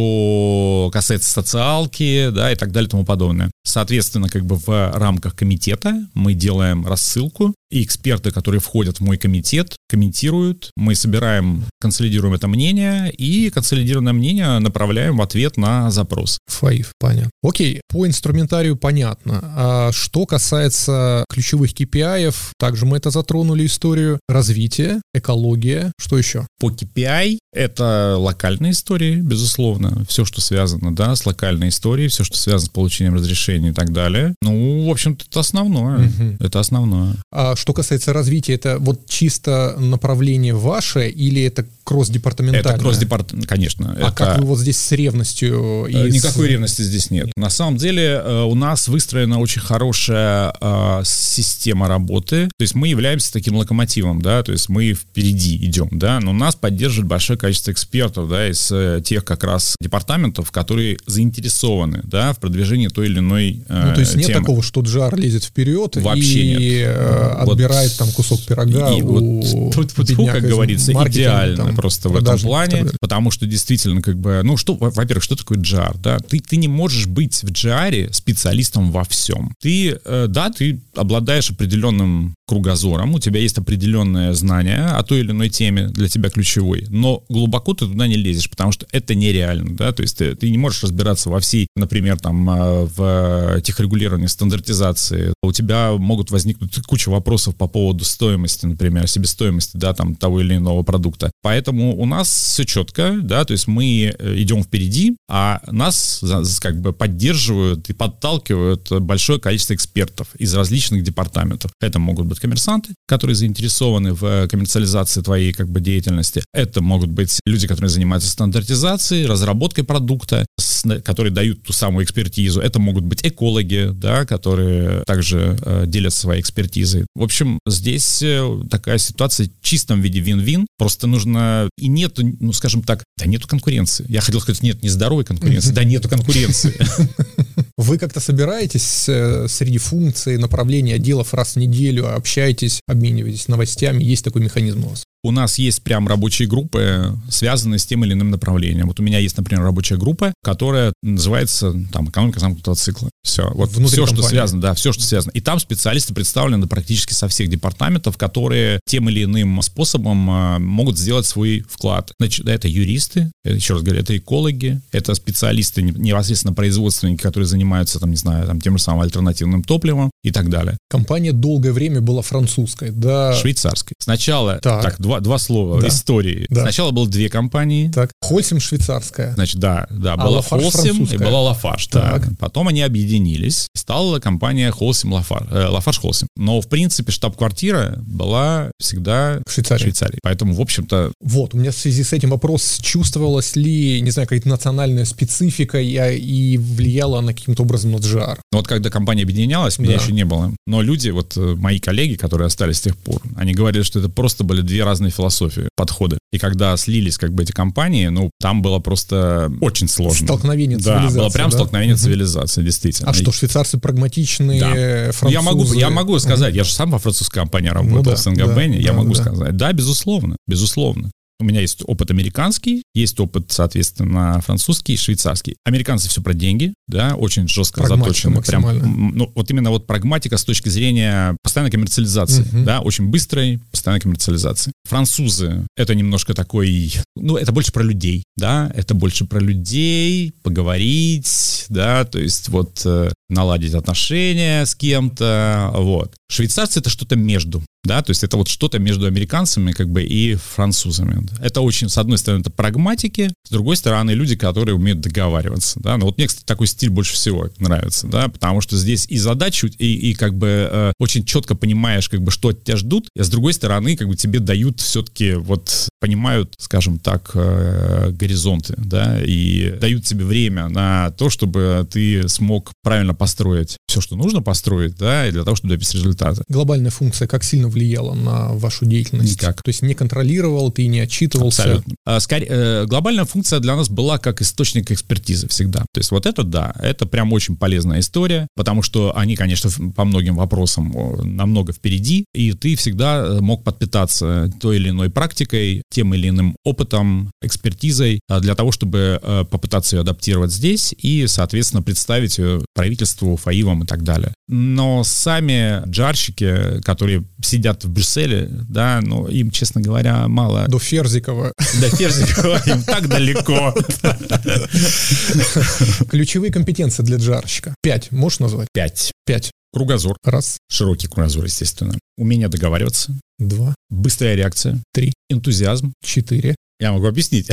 что касается социалки, да, и так далее и тому подобное. Соответственно, как бы в рамках комитета мы делаем рассылку, и эксперты, которые входят в мой комитет, комментируют, мы собираем, консолидируем это мнение, и консолидированное мнение направляем в ответ на запрос. ФАИФ, понятно. Окей, по инструментарию понятно. А что касается ключевых кей пи ай-ев, также мы это затронули историю развития, экология, что еще? По кей пи ай это локальные истории, безусловно, все, что связано, да, с локальной историей, все, что связано с получением разрешений и так далее. Ну, в общем-то, это основное. Угу. Это основное. А что касается развития, это вот чисто направление ваше или это кросс-департаментальное? Это кросс-департаментальное, конечно. А это... как вы вот здесь с ревностью? И Никакой с... ревности здесь нет. На самом деле у нас выстроена очень хорошая э, система работы. То есть мы являемся таким локомотивом, да, то есть мы впереди идем, да, но нас поддерживает большое количество экспертов, да, из э, тех как раз департаментов, которые заинтересованы, да, в продвижении той или иной э, Ну, то есть нет темы. такого, что джар лезет вперед Вообще и нет. Э, отбирает вот, там кусок пирога и у вот, как говорится, идеально там, просто в этом плане, потому что действительно, как бы, ну, что, во-первых, что такое джар, да, ты, ты не можешь быть в джаре специалистом во всем. Ты, э, да, ты обладаешь определенным кругозором, у тебя есть определенное знание о той или иной теме для тебя ключевой, но глубоко ты туда не лезешь, потому что это нереально, да, то есть ты, ты не можешь разбираться во всей, например, там, в техрегулировании, стандартизации, у тебя могут возникнуть куча вопросов по поводу стоимости, например, себестоимости, да, там, того или иного продукта. Поэтому у нас все четко, да, то есть мы идем впереди, а нас как бы поддерживают и подталкивают большое количество экспертов из различных департаментов. Это могут быть коммерсанты, которые заинтересованы в коммерциализации твоей как бы деятельности. Это могут быть люди, которые занимаются стандартизацией, разработкой продукта, которые дают ту самую экспертизу. Это могут быть экологи, да, которые также э, делятся своей экспертизой. В общем, здесь э, такая ситуация в чистом виде вин-вин. Просто нужно... И нету, ну, скажем так, да нету конкуренции. Я хотел сказать, нет нездоровой конкуренции. Да нету конкуренции. Вы как-то собираетесь э, среди функций, направлений, отделов раз в неделю, общаетесь, обмениваетесь новостями? Есть такой механизм у вас? У нас есть прям рабочие группы, связанные с тем или иным направлением. Вот у меня есть, например, рабочая группа, которая называется там «Экономика замкнутого цикла». Все. Вот внутри все, компании. Что связано, да, все, что связано. И там специалисты представлены практически со всех департаментов, которые тем или иным способом а, могут сделать свой вклад. Значит, это юристы, еще раз говорю, это экологи, это специалисты, непосредственно производственники, которые которые занимаются, там, не знаю, там, тем же самым альтернативным топливом и так далее. Компания долгое время была французской, да? Швейцарской. Сначала, так, так два, два слова да. истории. Да. Сначала было две компании. Так, Холсим швейцарская. Значит, да, да, а была Холсим и была Лафарж. Да. Потом они объединились, стала компания Холсим Лафарж, э, Лафарж Холсим. Но, в принципе, штаб-квартира была всегда в Швейцарии. Швейцарии. Поэтому, в общем-то... Вот, у меня в связи с этим вопрос, чувствовалась ли, не знаю, какая-то национальная специфика и, и влияла она каким-то образом на джи ар? Вот когда компания объединялась, меня да. еще не было. Но люди, вот мои коллеги, которые остались с тех пор, они говорили, что это просто были две разные философии, подходы. И когда слились как бы эти компании, ну, там было просто очень сложно. Столкновение цивилизаций. Да, было прям да? столкновение угу. цивилизации, действительно. А что, швейцарцы прагматичные, да. французы? Я могу, я могу сказать, угу. я же сам во французской компании работал, ну, да, в Сен-Гобене, да, я да, могу да. сказать. Да, безусловно, безусловно. У меня есть опыт американский, есть опыт, соответственно, французский и швейцарский. Американцы все про деньги, да, очень жестко прагматика заточены. Прям, ну, вот именно вот прагматика с точки зрения постоянной коммерциализации, uh-huh. да, очень быстрой постоянной коммерциализации. Французы — это немножко такой, ну, это больше про людей, да, это больше про людей, поговорить, да, то есть вот э, наладить отношения с кем-то, вот. Швейцарцы — это что-то между. Да, то есть это вот что-то между американцами как бы и французами. Это очень, с одной стороны, это прагматики, с другой стороны, люди, которые умеют договариваться. Да? Но вот мне, кстати, такой стиль больше всего нравится, да, потому что здесь и задачу, и, и как бы э, очень четко понимаешь, как бы, что от тебя ждут, и с другой стороны, как бы тебе дают все-таки, вот, понимают, скажем так, э, горизонты, да, и дают тебе время на то, чтобы ты смог правильно построить все, что нужно построить, да, и для того, чтобы добиться результата. Глобальная функция как сильно влияла на вашу деятельность? Никак. То есть не контролировал, ты не отчитывался? Абсолютно. А, скорее, э, глобальная функция для нас была как источник экспертизы всегда. То есть вот это да, это прям очень полезная история, потому что они, конечно, по многим вопросам намного впереди, и ты всегда мог подпитаться той или иной практикой, тем или иным опытом, экспертизой для того, чтобы попытаться ее адаптировать здесь и, соответственно, представить ее правительству, ФАИВам и так далее. Но сами джарщики, которые сидят в Брюсселе, да, ну, им, честно говоря, мало... До Ферзикова. До Ферзикова им так далеко. Ключевые компетенции для джарщика. Пять можешь назвать? Пять. Пять. Кругозор. Раз. Широкий кругозор, естественно. Умение договариваться. Два. Быстрая реакция. Три. Энтузиазм. Четыре. Я могу объяснить.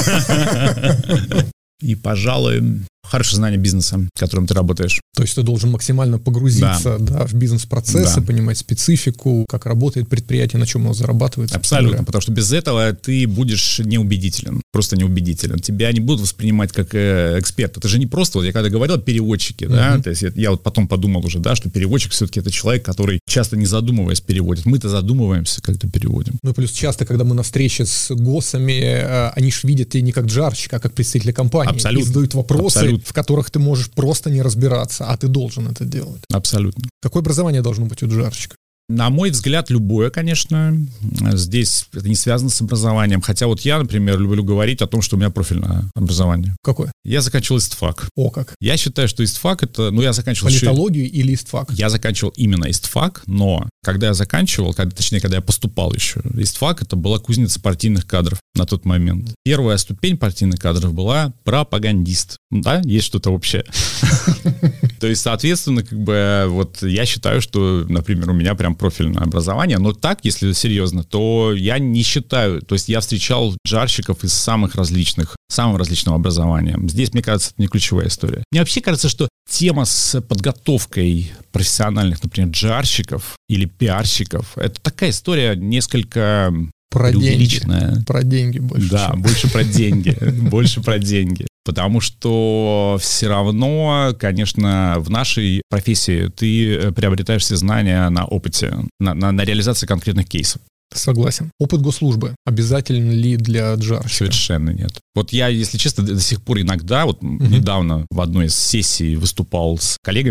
И, пожалуй, хорошее знание бизнеса, в котором ты работаешь. То есть ты должен максимально погрузиться да. Да, в бизнес-процессы, да. понимать специфику, как работает предприятие, на чем оно зарабатывает. Абсолютно, потому что без этого ты будешь неубедителен, просто неубедителен. Тебя не будут воспринимать как э, эксперта. Это же не просто, вот я когда говорил о переводчике, uh-huh. да, то есть я, я вот потом подумал уже, да, что переводчик все-таки это человек, который часто не задумываясь переводит. Мы-то задумываемся, когда переводим. Ну и плюс часто, когда мы на встрече с госсами, э, они ж видят тебя не как джарщика, а как представителя компании. Абсолютно. И задают вопросы, Абсолютно. в которых ты можешь просто не разбираться, а ты должен это делать. Абсолютно. Какое образование должно быть у джарщика? На мой взгляд, любое, конечно. Здесь это не связано с образованием. Хотя вот я, например, люблю говорить о том, что у меня профильное образование. Какое? Я заканчивал ИСТФАК. О, как? Я считаю, что ИСТФАК это... Ну, я заканчивал... Политологию еще... или ИСТФАК? Я заканчивал именно ИСТФАК, но когда я заканчивал, когда, точнее, когда я поступал еще, ИСТФАК это была кузница партийных кадров на тот момент. Первая ступень партийных кадров была пропагандист. Да, есть что-то общее. То есть, соответственно, как бы вот я считаю, что, например, у меня прям профильное образование, но так, если серьезно, то я не считаю, то есть я встречал джарщиков из самых различных, самого различного образования. Здесь, мне кажется, это не ключевая история. Мне вообще кажется, что тема с подготовкой профессиональных, например, джарщиков или пиарщиков, это такая история несколько... Про деньги. Про деньги больше. Да, чем. больше про деньги. Больше про деньги. Потому что все равно, конечно, в нашей профессии ты приобретаешь все знания на опыте, на, на, на реализации конкретных кейсов. Согласен. Опыт госслужбы обязателен ли для джарщика? Совершенно нет. Вот я, если честно, до сих пор иногда, вот угу. недавно в одной из сессий выступал с коллегами,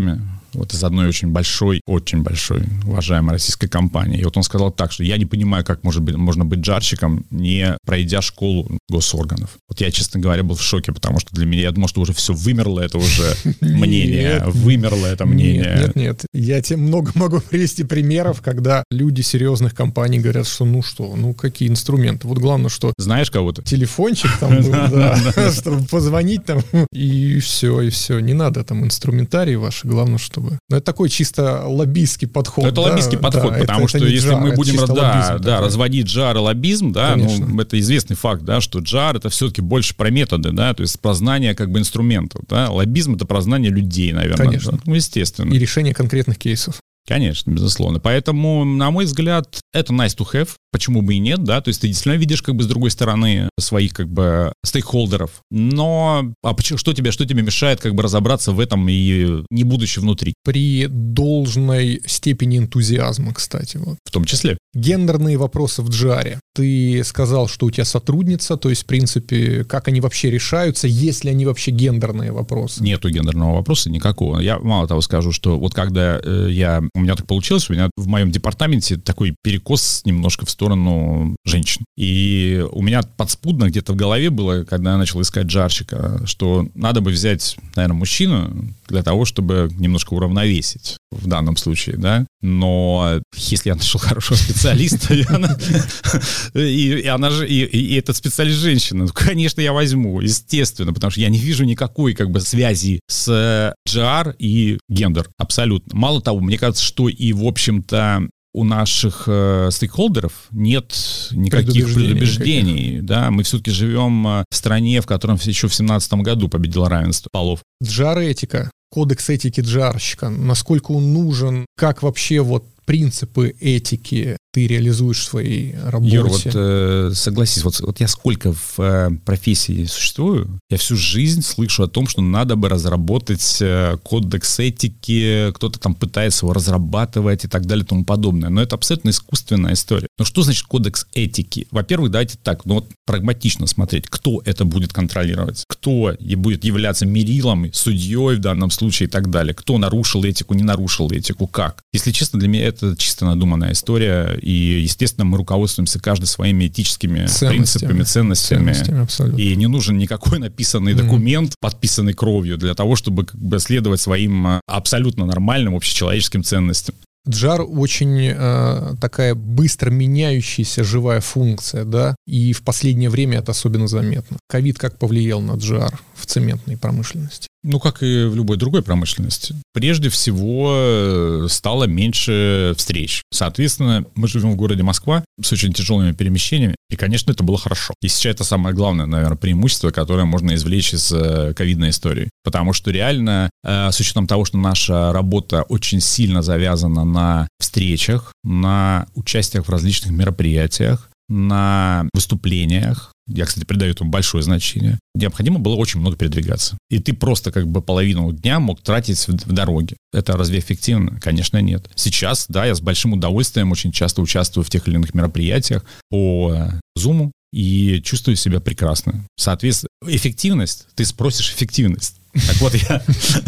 вот из одной очень большой, очень большой, уважаемой российской компании. И вот он сказал так, что я не понимаю, как может быть, можно быть джарщиком, не пройдя школу госорганов. Вот я, честно говоря, был в шоке, потому что для меня, я думал, что уже все вымерло, это уже мнение, вымерло это мнение. Нет, нет, нет. Я тебе много могу привести примеров, когда люди серьезных компаний говорят, что ну что, ну какие инструменты. Вот главное, что... Знаешь кого-то? Телефончик там был, да, чтобы позвонить там, и все, и все. Не надо там инструментарий ваш, главное, чтобы... Ну, это такой чисто лоббистский подход. Это лоббистский подход, потому что если мы будем разводить джар и лоббизм, да, ну, это известный факт, да, что джар — это все-таки больше про методы, да, то есть про знание как бы инструментов, да, лоббизм — это про знание людей, наверное. Конечно. Да? Ну, естественно. И решение конкретных кейсов. Конечно, безусловно. Поэтому, на мой взгляд, это nice to have. Почему бы и нет, да? То есть ты действительно видишь как бы с другой стороны своих как бы стейкхолдеров. Но а почему, что тебе, что тебе мешает как бы разобраться в этом и не будучи внутри? При должной степени энтузиазма, кстати. Вот. В том числе. Гендерные вопросы в джаре. Ты сказал, что у тебя сотрудница, то есть, в принципе, как они вообще решаются, если они вообще гендерные вопросы? Нету гендерного вопроса никакого. Я мало того скажу, что вот когда э, я... У меня так получилось, у меня в моем департаменте такой перекос немножко в сторону женщин. И у меня подспудно где-то в голове было, когда я начал искать джарщика, что надо бы взять, наверное, мужчину для того, чтобы немножко уравновесить в данном случае, да. Но если я нашел хорошего специалиста, и она же, и этот специалист женщина, конечно, я возьму, естественно, потому что я не вижу никакой как бы связи с джар и гендер, абсолютно. Мало того, мне кажется, что и, в общем-то, у наших э, стейкхолдеров нет никаких предубеждений. предубеждений да? Мы все-таки живем в стране, в котором еще в две тысячи семнадцатом году победило равенство полов. Джар-этика, кодекс этики джарщика, насколько он нужен, как вообще вот принципы этики ты реализуешь в своей работе? Юр, вот э, согласись, вот, вот я сколько в э, профессии существую, я всю жизнь слышу о том, что надо бы разработать э, кодекс этики, кто-то там пытается его разрабатывать и так далее и тому подобное. Но это абсолютно искусственная история. Но что значит кодекс этики? Во-первых, давайте так, ну вот прагматично смотреть, кто это будет контролировать, кто будет являться мерилом, судьей в данном случае и так далее, кто нарушил этику, не нарушил этику, как. Если честно, для меня это чисто надуманная история. И, естественно, мы руководствуемся каждый своими этическими ценностями, принципами, ценностями. ценностями и не нужен никакой написанный mm-hmm. документ, подписанный кровью, для того, чтобы как бы следовать своим абсолютно нормальным общечеловеческим ценностям. Джар очень э, такая быстро меняющаяся живая функция, да, и в последнее время это особенно заметно. Ковид как повлиял на джар в цементной промышленности? Ну, как и в любой другой промышленности. Прежде всего, стало меньше встреч. Соответственно, мы живем в городе Москва с очень тяжелыми перемещениями, и, конечно, это было хорошо. И сейчас это самое главное, наверное, преимущество, которое можно извлечь из э, ковидной истории. Потому что реально, э, с учетом того, что наша работа очень сильно завязана на встречах, на участиях в различных мероприятиях, на выступлениях, я, кстати, придаю этому большое значение, необходимо было очень много передвигаться. И ты просто как бы половину дня мог тратить в, в дороге. Это разве эффективно? Конечно, нет. Сейчас, да, я с большим удовольствием очень часто участвую в тех или иных мероприятиях по Zoom и чувствую себя прекрасно. Соответственно, эффективность, ты спросишь эффективность. Так вот, я,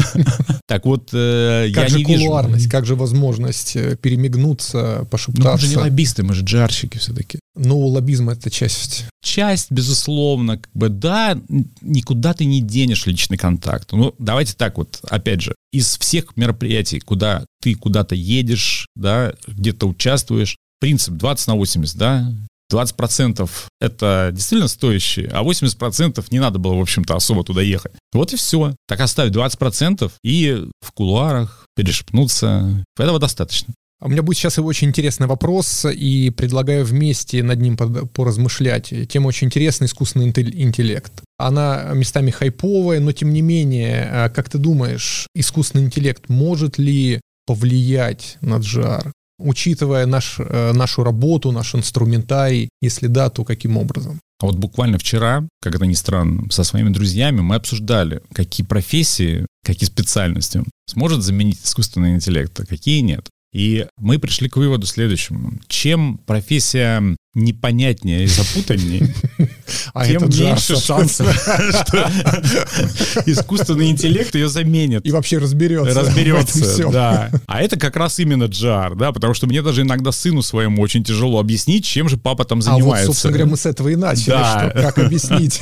так вот, э, я не вижу. Как же кулуарность, как же возможность перемигнуться, пошептаться? Ну, мы же не лоббисты, мы же джарщики все-таки. Ну, лоббизм — это часть. Часть, безусловно, как бы, да, никуда ты не денешь личный контакт. Ну, давайте так вот, опять же, из всех мероприятий, куда ты куда-то едешь, да, где-то участвуешь, принцип двадцать на восемьдесят, да, двадцать процентов это действительно стоящие, а восемьдесят процентов не надо было, в общем-то, особо туда ехать. Вот и все. Так оставь двадцать процентов и в кулуарах перешепнуться. Этого достаточно. У меня будет сейчас очень интересный вопрос, и предлагаю вместе над ним поразмышлять. Тема очень интересная — искусственный интеллект. Она местами хайповая, но тем не менее, как ты думаешь, искусственный интеллект может ли повлиять на джар? Учитывая наш, нашу работу, наш инструментарий, если да, то каким образом? А вот буквально вчера, как это ни странно, со своими друзьями мы обсуждали, какие профессии, какие специальности сможет заменить искусственный интеллект, а какие нет. И мы пришли к выводу следующему. Чем профессия непонятнее и запутаннее, тем меньше шансов, что искусственный интеллект ее заменит. И вообще разберется. Разберется, да. А это как раз именно джар, да, потому что мне даже иногда сыну своему очень тяжело объяснить, чем же папа там занимается. А вот, собственно говоря, мы с этого и начали, да. Что, как объяснить.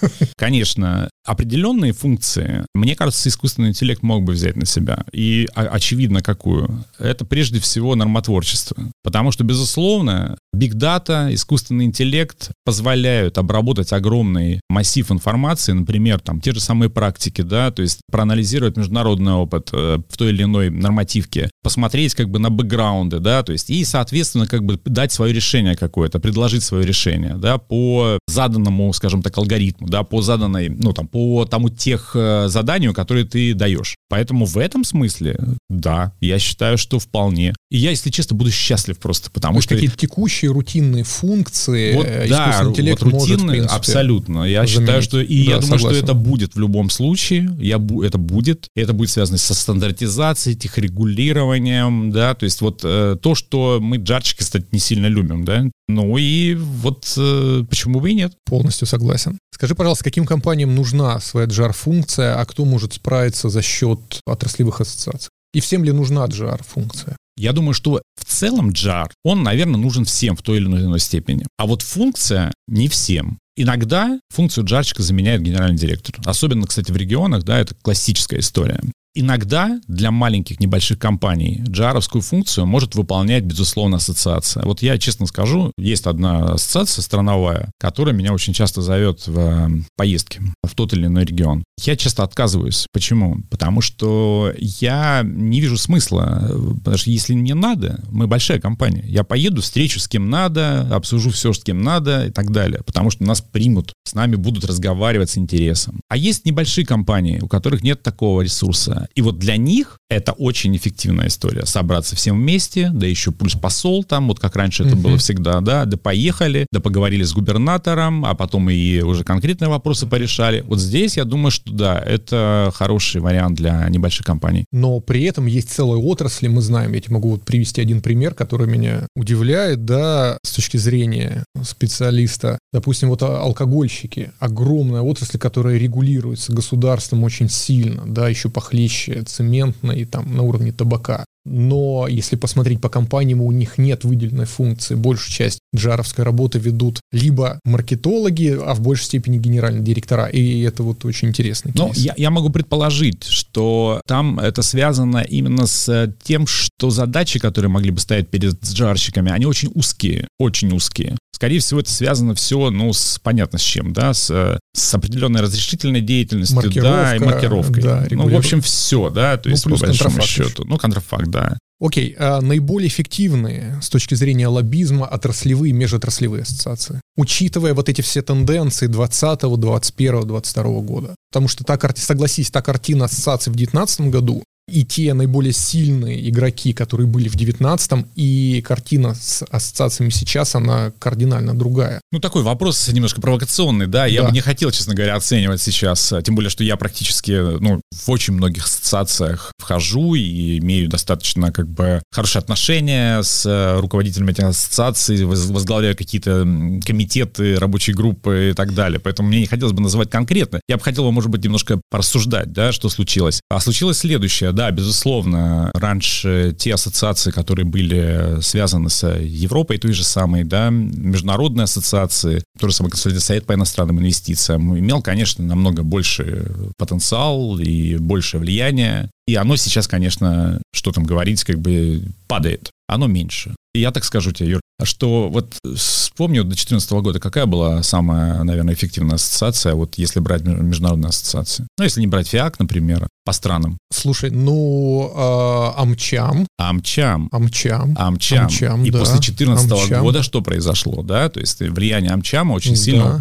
Конечно, определенные функции, мне кажется, искусственный интеллект мог бы взять на себя. И очевидно, какую. Это прежде всего нормотворчество. Потому что, безусловно, big data, искусственный интеллект позволяют обработать огромный массив информации, например, там, те же самые практики, да, то есть проанализировать международный опыт э, в той или иной нормативке, посмотреть как бы на бэкграунды, да, то есть и, соответственно, как бы дать свое решение какое-то, предложить свое решение, да, по заданному, скажем так, алгоритму, да, по заданной, ну, там, по тому тех э, заданию, которые ты даешь. Поэтому в этом смысле, да, я считаю, что вполне. И я, если честно, буду счастлив просто, потому то что... какие-то текущие рутинные функции вот, искусственный да, интеллект вот может, рутинные, в принципе, абсолютно. Я заменить. считаю, что... И да, я думаю, согласен. что это будет в любом случае. Я, это будет. Это будет связано со стандартизацией, техрегулированием, да, то есть вот э, то, что мы джарчики, кстати, не сильно любим, да. Ну и вот э, почему бы и нет. Полностью согласен. Скажи, пожалуйста, каким компаниям нужна своя джар-функция, а кто может справиться за счет отраслевых ассоциаций? И всем ли нужна джар-функция? Я думаю, что в целом джар, он, наверное, нужен всем в той или иной степени. А вот функция не всем. Иногда функцию джарчика заменяет генеральный директор. Особенно, кстати, в регионах, да, это классическая история. Иногда для маленьких небольших компаний джаровскую функцию может выполнять, безусловно, ассоциация. Вот я честно скажу, есть одна ассоциация страновая, которая меня очень часто зовет в поездки в тот или иной регион. Я часто отказываюсь. Почему? Потому что я не вижу смысла. Потому что если мне надо, мы большая компания. Я поеду, встречу с кем надо, обсужу все, с кем надо и так далее. Потому что нас примут, с нами будут разговаривать с интересом. А есть небольшие компании, у которых нет такого ресурса. И вот для них это очень эффективная история. Собраться всем вместе, да еще плюс посол там, вот как раньше это uh-huh. было всегда, да, да поехали, да поговорили с губернатором, а потом и уже конкретные вопросы порешали. Вот здесь я думаю, что да, это хороший вариант для небольших компаний. Но при этом есть целая отрасль, мы знаем, я тебе могу вот привести один пример, который меня удивляет, да, с точки зрения специалиста. Допустим, вот алкогольщики, огромная отрасль, которая регулируется государством очень сильно, да, еще похлеще цементной, там, на уровне табака. Но если посмотреть по компаниям, у них нет выделенной функции. Большую часть джаровской работы ведут либо маркетологи, а в большей степени генеральные директора. И это вот очень интересный кейс. Ну, я, я могу предположить, что там это связано именно с тем, что задачи, которые могли бы стоять перед джарщиками, они очень узкие, очень узкие. Скорее всего, это связано все, ну, с, понятно с чем, да, с, с определенной разрешительной деятельностью, да, и маркировкой. Да, ну, в общем, все, да, то ну, есть, по большому счету. Ну, контрафакт, да. Окей, а наиболее эффективные с точки зрения лоббизма отраслевые, межотраслевые ассоциации, учитывая вот эти все тенденции двадцатого, двадцать первого, двадцать второго года. Потому что, та, согласись, та картина ассоциаций в девятнадцатом году и те наиболее сильные игроки, которые были в девятнадцатом, и картина с ассоциациями сейчас, она кардинально другая. Ну, такой вопрос немножко провокационный, да, я да. бы не хотел, честно говоря, оценивать сейчас, тем более, что я практически, ну, в очень многих ассоциациях вхожу и имею достаточно, как бы, хорошие отношения с руководителями этих ассоциаций, возглавляю какие-то комитеты, рабочие группы и так далее, поэтому мне не хотелось бы называть конкретно. Я бы хотел, может быть, немножко порассуждать, да, что случилось. А случилось следующее. Да, безусловно, раньше те ассоциации, которые были связаны с Европой, той же самой, да, международные ассоциации, то же самое Консолидированный совет по иностранным инвестициям, имел, конечно, намного больше потенциал и больше влияния. И оно сейчас, конечно, что там говорить, как бы падает. Оно меньше. И я так скажу тебе, Юр, что вот вспомню до две тысячи четырнадцатого года, какая была самая, наверное, эффективная ассоциация, вот если брать международные ассоциации. Ну, если не брать ФИАК, например, по странам. Слушай, ну, э, Амчам. Амчам. Амчам. Амчам. Амчам, И да. после две тысячи четырнадцатого Амчам. года что произошло, да? То есть влияние Амчама очень да. сильно упало.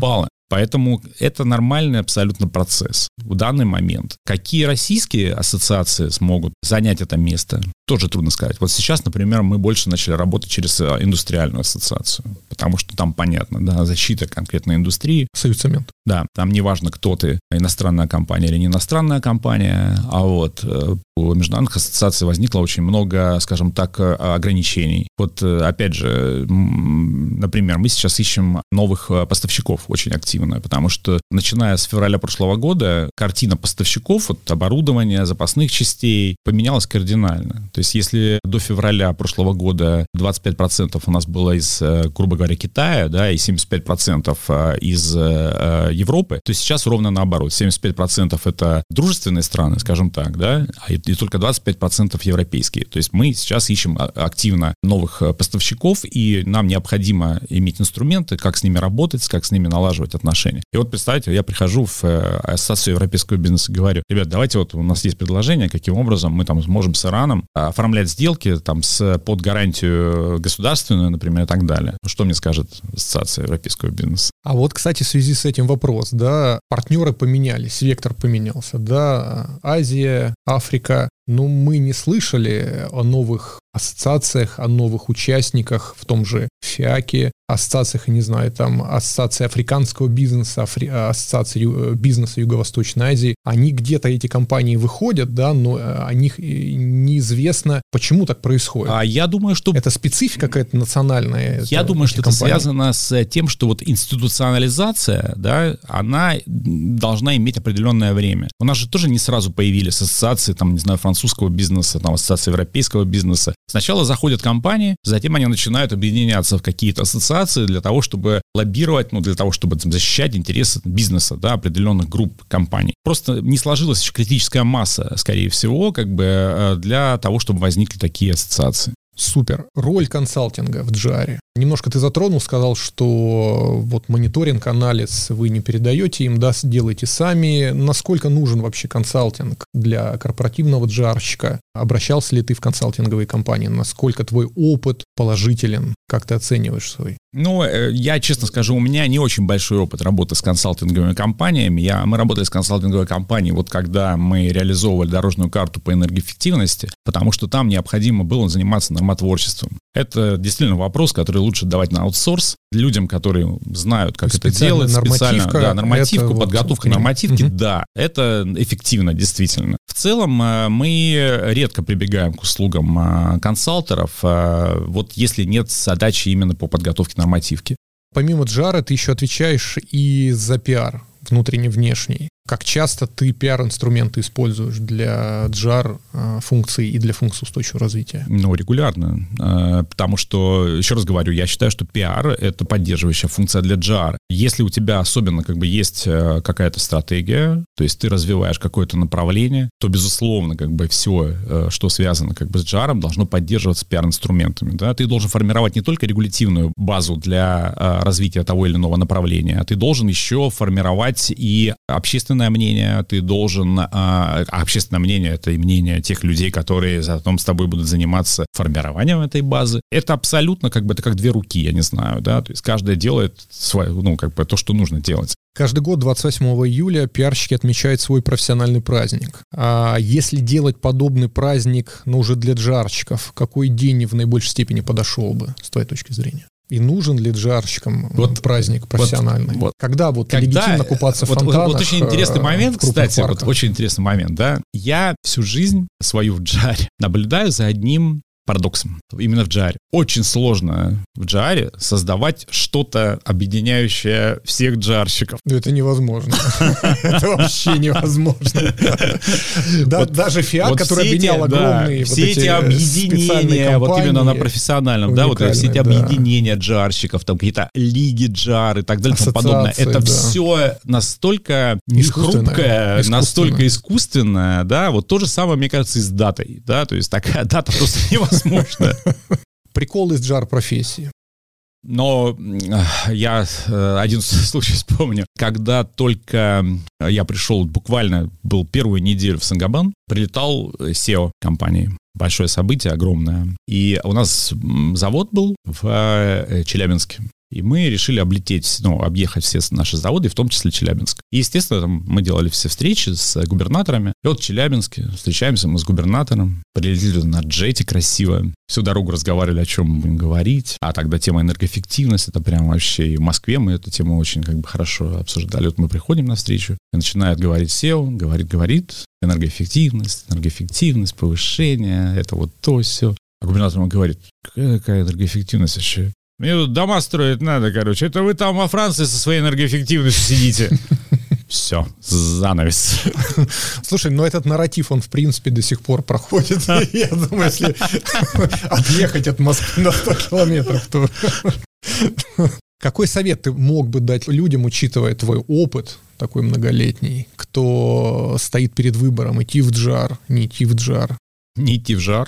Поэтому это нормальный абсолютно процесс в данный момент. Какие российские ассоциации смогут занять это место, тоже трудно сказать. Вот сейчас, например, мы больше начали работать через индустриальную ассоциацию, потому что там понятно, да, защита конкретной индустрии. Союзцемент. Да, там не важно, кто ты, иностранная компания или не иностранная компания, а вот у международных ассоциаций возникло очень много, скажем так, ограничений. Вот опять же, например, мы сейчас ищем новых поставщиков очень активно, потому что начиная с февраля прошлого года картина поставщиков, вот, оборудования, запасных частей поменялась кардинально. То есть если до февраля прошлого года двадцать пять процентов у нас было из, грубо говоря, Китая, да, и семьдесят пять процентов из Европы, то сейчас ровно наоборот. семьдесят пять процентов это дружественные страны, скажем так, да, и, и только двадцать пять процентов европейские. То есть мы сейчас ищем активно новых поставщиков, и нам необходимо иметь инструменты, как с ними работать, как с ними налаживать отношения. И вот представьте, я прихожу в Ассоциацию европейского бизнеса и говорю: ребят, давайте вот у нас есть предложение, каким образом мы там сможем с Ираном оформлять сделки там с, под гарантию государственную, например, и так далее. Что мне скажет Ассоциация европейского бизнеса? А вот, кстати, в связи с этим вопрос, да, партнеры поменялись, вектор поменялся, да, Азия, Африка, но мы не слышали о новых ассоциациях, о новых участниках в том же ФИАКе, ассоциациях, я не знаю, там, ассоциации африканского бизнеса, афри... ассоциации ю... бизнеса Юго-Восточной Азии. Они где-то, эти компании, выходят, да, но о них неизвестно, почему так происходит. А я думаю, что... Это специфика какая-то национальная. Я это, думаю, что компании. это связано с тем, что вот институционализация, да, она должна иметь определенное время. У нас же тоже не сразу появились ассоциации, там, не знаю, французского бизнеса, там, ассоциации европейского бизнеса. Сначала заходят компании, затем они начинают объединяться в какие-то ассоциации для того, чтобы лоббировать, ну, для того, чтобы там, защищать интересы бизнеса, да, определенных групп компаний. Просто не сложилась еще критическая масса, скорее всего, как бы для того, чтобы возникли такие ассоциации. Супер. Роль консалтинга в джи ар. Немножко ты затронул, сказал, что вот мониторинг, анализ вы не передаете им, да, делаете сами. Насколько нужен вообще консалтинг для корпоративного джи ар-щика? Обращался ли ты в консалтинговые компании? Насколько твой опыт положителен? Как ты оцениваешь свой? Ну, я честно скажу, у меня не очень большой опыт работы с консалтинговыми компаниями. Я, мы работали с консалтинговой компанией, вот когда мы реализовывали дорожную карту по энергоэффективности, потому что там необходимо было заниматься нормотворчеством. Это действительно вопрос, который лучше давать на аутсорс людям, которые знают, как это делать. Специально, да, нормативку, подготовка вот нормативки, угу. Да, это эффективно, действительно. В целом, мы редко прибегаем к услугам консалтеров, вот если нет задачи именно по подготовке нормативки. Помимо джи ар ты еще отвечаешь и за пиар, внутренний, внешний. Как часто ты пиар-инструменты используешь для джи ар функций и для функций устойчивого развития? Ну, регулярно. Потому что, еще раз говорю, я считаю, что пиар — это поддерживающая функция для джи ар. Если у тебя особенно как бы есть какая-то стратегия, то есть ты развиваешь какое-то направление, то, безусловно, как бы все, что связано как бы с джи ар, должно поддерживаться пиар-инструментами. Да? Ты должен формировать не только регулятивную базу для развития того или иного направления, а ты должен еще формировать и общественное мнение, ты должен... А общественное мнение — это и мнение тех людей, которые потом с тобой будут заниматься формированием этой базы. Это абсолютно как бы, это как две руки, я не знаю, да, то есть каждая делает свое, ну, как бы то, что нужно делать. Каждый год двадцать восьмого июля пиарщики отмечают свой профессиональный праздник. А если делать подобный праздник, но уже для джи ар-щиков, какой день в наибольшей степени подошел бы, с твоей точки зрения? И нужен ли джи ар-щикам вот, праздник профессиональный? Вот, вот. Когда вот Когда, легитимно купаться вот, в фонтанах? Вот, вот очень интересный момент, кстати, вот очень интересный момент, да. Я всю жизнь свою в джи ар наблюдаю за одним парадоксом. Именно в джи ар. Очень сложно в джи ар создавать что-то, объединяющее всех джи ар-щиков. Это невозможно. Это вообще невозможно. Даже ФИАК, который объединял огромные все эти объединения, вот именно на профессиональном, да, вот все эти объединения джи ар-щиков, там какие-то лиги джи ар и так далее, и тому подобное. Это все настолько хрупкое, настолько искусственное, да, вот то же самое, мне кажется, и с датой, да, то есть такая дата просто невозможна. Возможно. Прикол из джи ар-профессии. Но я один случай вспомню. Когда только я пришел, буквально был первую неделю в Сангабан, прилетал си и о компании. Большое событие, огромное. И у нас завод был в Челябинске. И мы решили облететь, ну, объехать все наши заводы, в том числе Челябинск. И, естественно, там мы делали все встречи с губернаторами. И вот в Челябинске встречаемся мы с губернатором, прилетели на джете красиво, всю дорогу разговаривали, о чем мы будем говорить. А тогда тема энергоэффективность, это прям вообще и в Москве мы эту тему очень как бы хорошо обсуждали. Вот мы приходим на встречу, и начинает говорить сео, говорит, говорит, энергоэффективность, энергоэффективность, повышение, это вот то, все. А губернатор ему говорит, какая, какая энергоэффективность вообще? Мне тут дома строить надо, короче. Это вы там во Франции со своей энергоэффективностью сидите. Все, занавес. Слушай, но этот нарратив, он в принципе до сих пор проходит. Я думаю, если отъехать от Москвы на сто километров, то... Какой совет ты мог бы дать людям, учитывая твой опыт такой многолетний, кто стоит перед выбором, идти в джар, не идти в джар? Не идти в жар.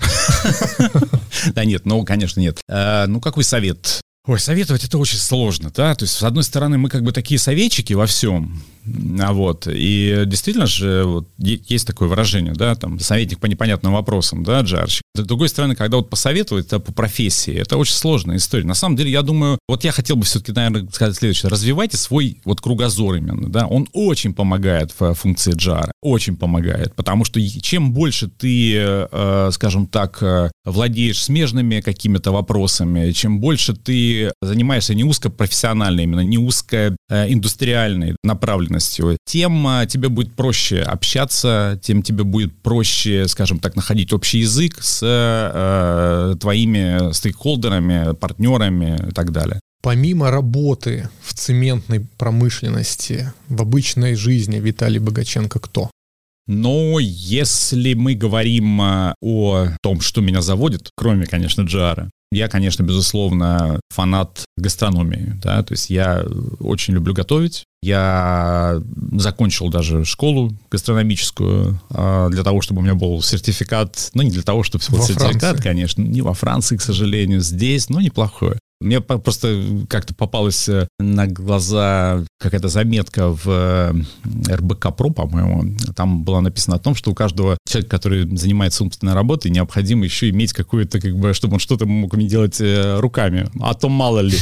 Да нет, ну, конечно, нет. Ну, какой совет? Ой, советовать это очень сложно, да, то есть, с одной стороны, мы как бы такие советчики во всем, а вот, и действительно же вот, есть такое выражение, да, там, советник по непонятным вопросам, да, джарщик. С другой стороны, когда вот посоветовать это по профессии, это очень сложная история. На самом деле, я думаю, вот я хотел бы все-таки, наверное, сказать следующее, развивайте свой вот кругозор именно, да, он очень помогает в функции джара, очень помогает, потому что чем больше ты, э, скажем так, владеешь смежными какими-то вопросами, чем больше ты занимаешься не узкопрофессиональной, именно не узкоиндустриальной направленностью, тем тебе будет проще общаться, тем тебе будет проще, скажем так, находить общий язык с э, твоими стейкхолдерами, партнерами и так далее. Помимо работы в цементной промышленности, в обычной жизни Виталий Богаченко кто? Но если мы говорим о том, что меня заводит, кроме, конечно, джара, я, конечно, безусловно, фанат гастрономии, да, то есть я очень люблю готовить. Я закончил даже школу гастрономическую а, для того, чтобы у меня был сертификат, ну, не для того, чтобы был сертификат, конечно, не во Франции, к сожалению, здесь, но неплохой. Мне просто как-то попалась на глаза какая-то заметка в эр бэ ка про, по-моему. Там было написано о том, что у каждого человека, который занимается умственной работой, необходимо еще иметь какую-то, как бы, чтобы он что-то мог уметь делать руками. А то мало ли.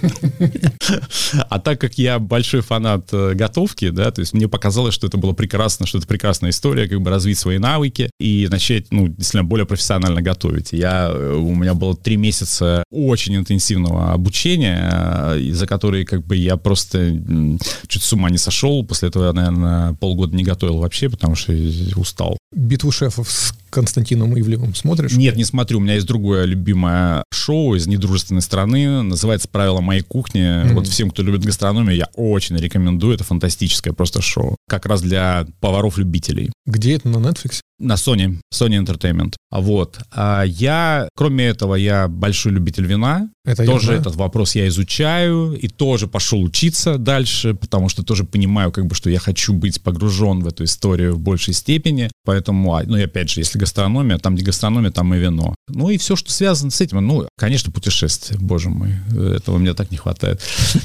А так как я большой фанат готовки, да, то есть мне показалось, что это было прекрасно, что это прекрасная история, как бы развить свои навыки и начать, ну, действительно, более профессионально готовить. Я, у меня было три месяца очень интенсивного обучения, за которые как бы я просто чуть с ума не сошел. После этого я, наверное, полгода не готовил вообще, потому что устал. «Битву шефов» с Константином Ивлевым смотришь? Нет, не смотрю. У меня есть другое любимое шоу из недружественной страны. Называется «Правила моей кухни». Mm-hmm. Вот всем, кто любит гастрономию, я очень рекомендую. Это фантастическое просто шоу. Как раз для поваров-любителей. Где это? На Netflix? На Sony. Sony Entertainment. Вот. А я, кроме этого, я большой любитель вина. Это тоже этот вопрос я изучаю. И тоже пошел учиться дальше, потому что тоже понимаю, как бы, что я хочу быть погружен в эту историю в большей степени. Поэтому, ну и опять же, если гастрономия, там, где гастрономия, там и вино. Ну и все, что связано с этим, ну, конечно, путешествия, боже мой, этого мне так не хватает.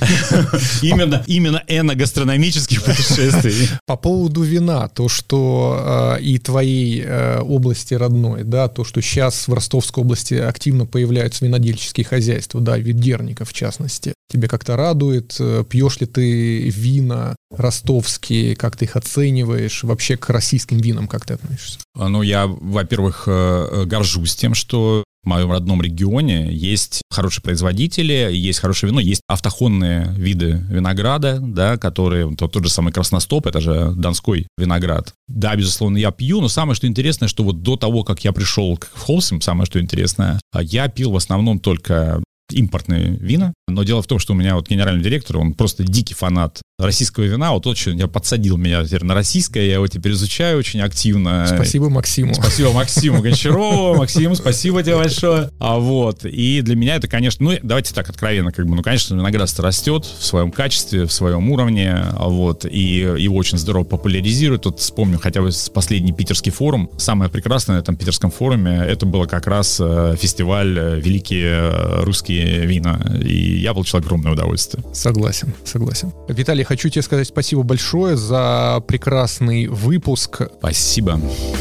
Именно, именно эногастрономических путешествий. По поводу вина, то, что и твоей области родной, да, то, что сейчас в Ростовской области активно появляются винодельческие хозяйства, да, Ведерников в частности. Тебе как-то радует? Пьешь ли ты вина ростовские? Как ты их оцениваешь? Вообще к российским винам как ты относишься? Ну, я, во-первых, горжусь тем, что в моем родном регионе есть хорошие производители, есть хорошее вино, есть автохонные виды винограда, да, которые, тот, тот же самый Красностоп, это же донской виноград. Да, безусловно, я пью, но самое, что интересное, что вот до того, как я пришел в Холсим, самое, что интересное, я пил в основном только импортные вина. Но дело в том, что у меня вот генеральный директор, он просто дикий фанат российского вина. Вот очень я подсадил меня теперь на российское, я его теперь изучаю очень активно. Спасибо Максиму. Спасибо Максиму Гончарову. Максим, спасибо тебе большое. А вот, и для меня это, конечно, ну, давайте так откровенно, как бы, ну, конечно, виноградство растет в своем качестве, в своем уровне, а вот, и его очень здорово популяризируют. Вот вспомню хотя бы последний питерский форум. Самое прекрасное на этом питерском форуме, это было как раз фестиваль «Великие русские вина». И я получил огромное удовольствие. Согласен, согласен. Виталий, хочу тебе сказать спасибо большое за прекрасный выпуск. Спасибо.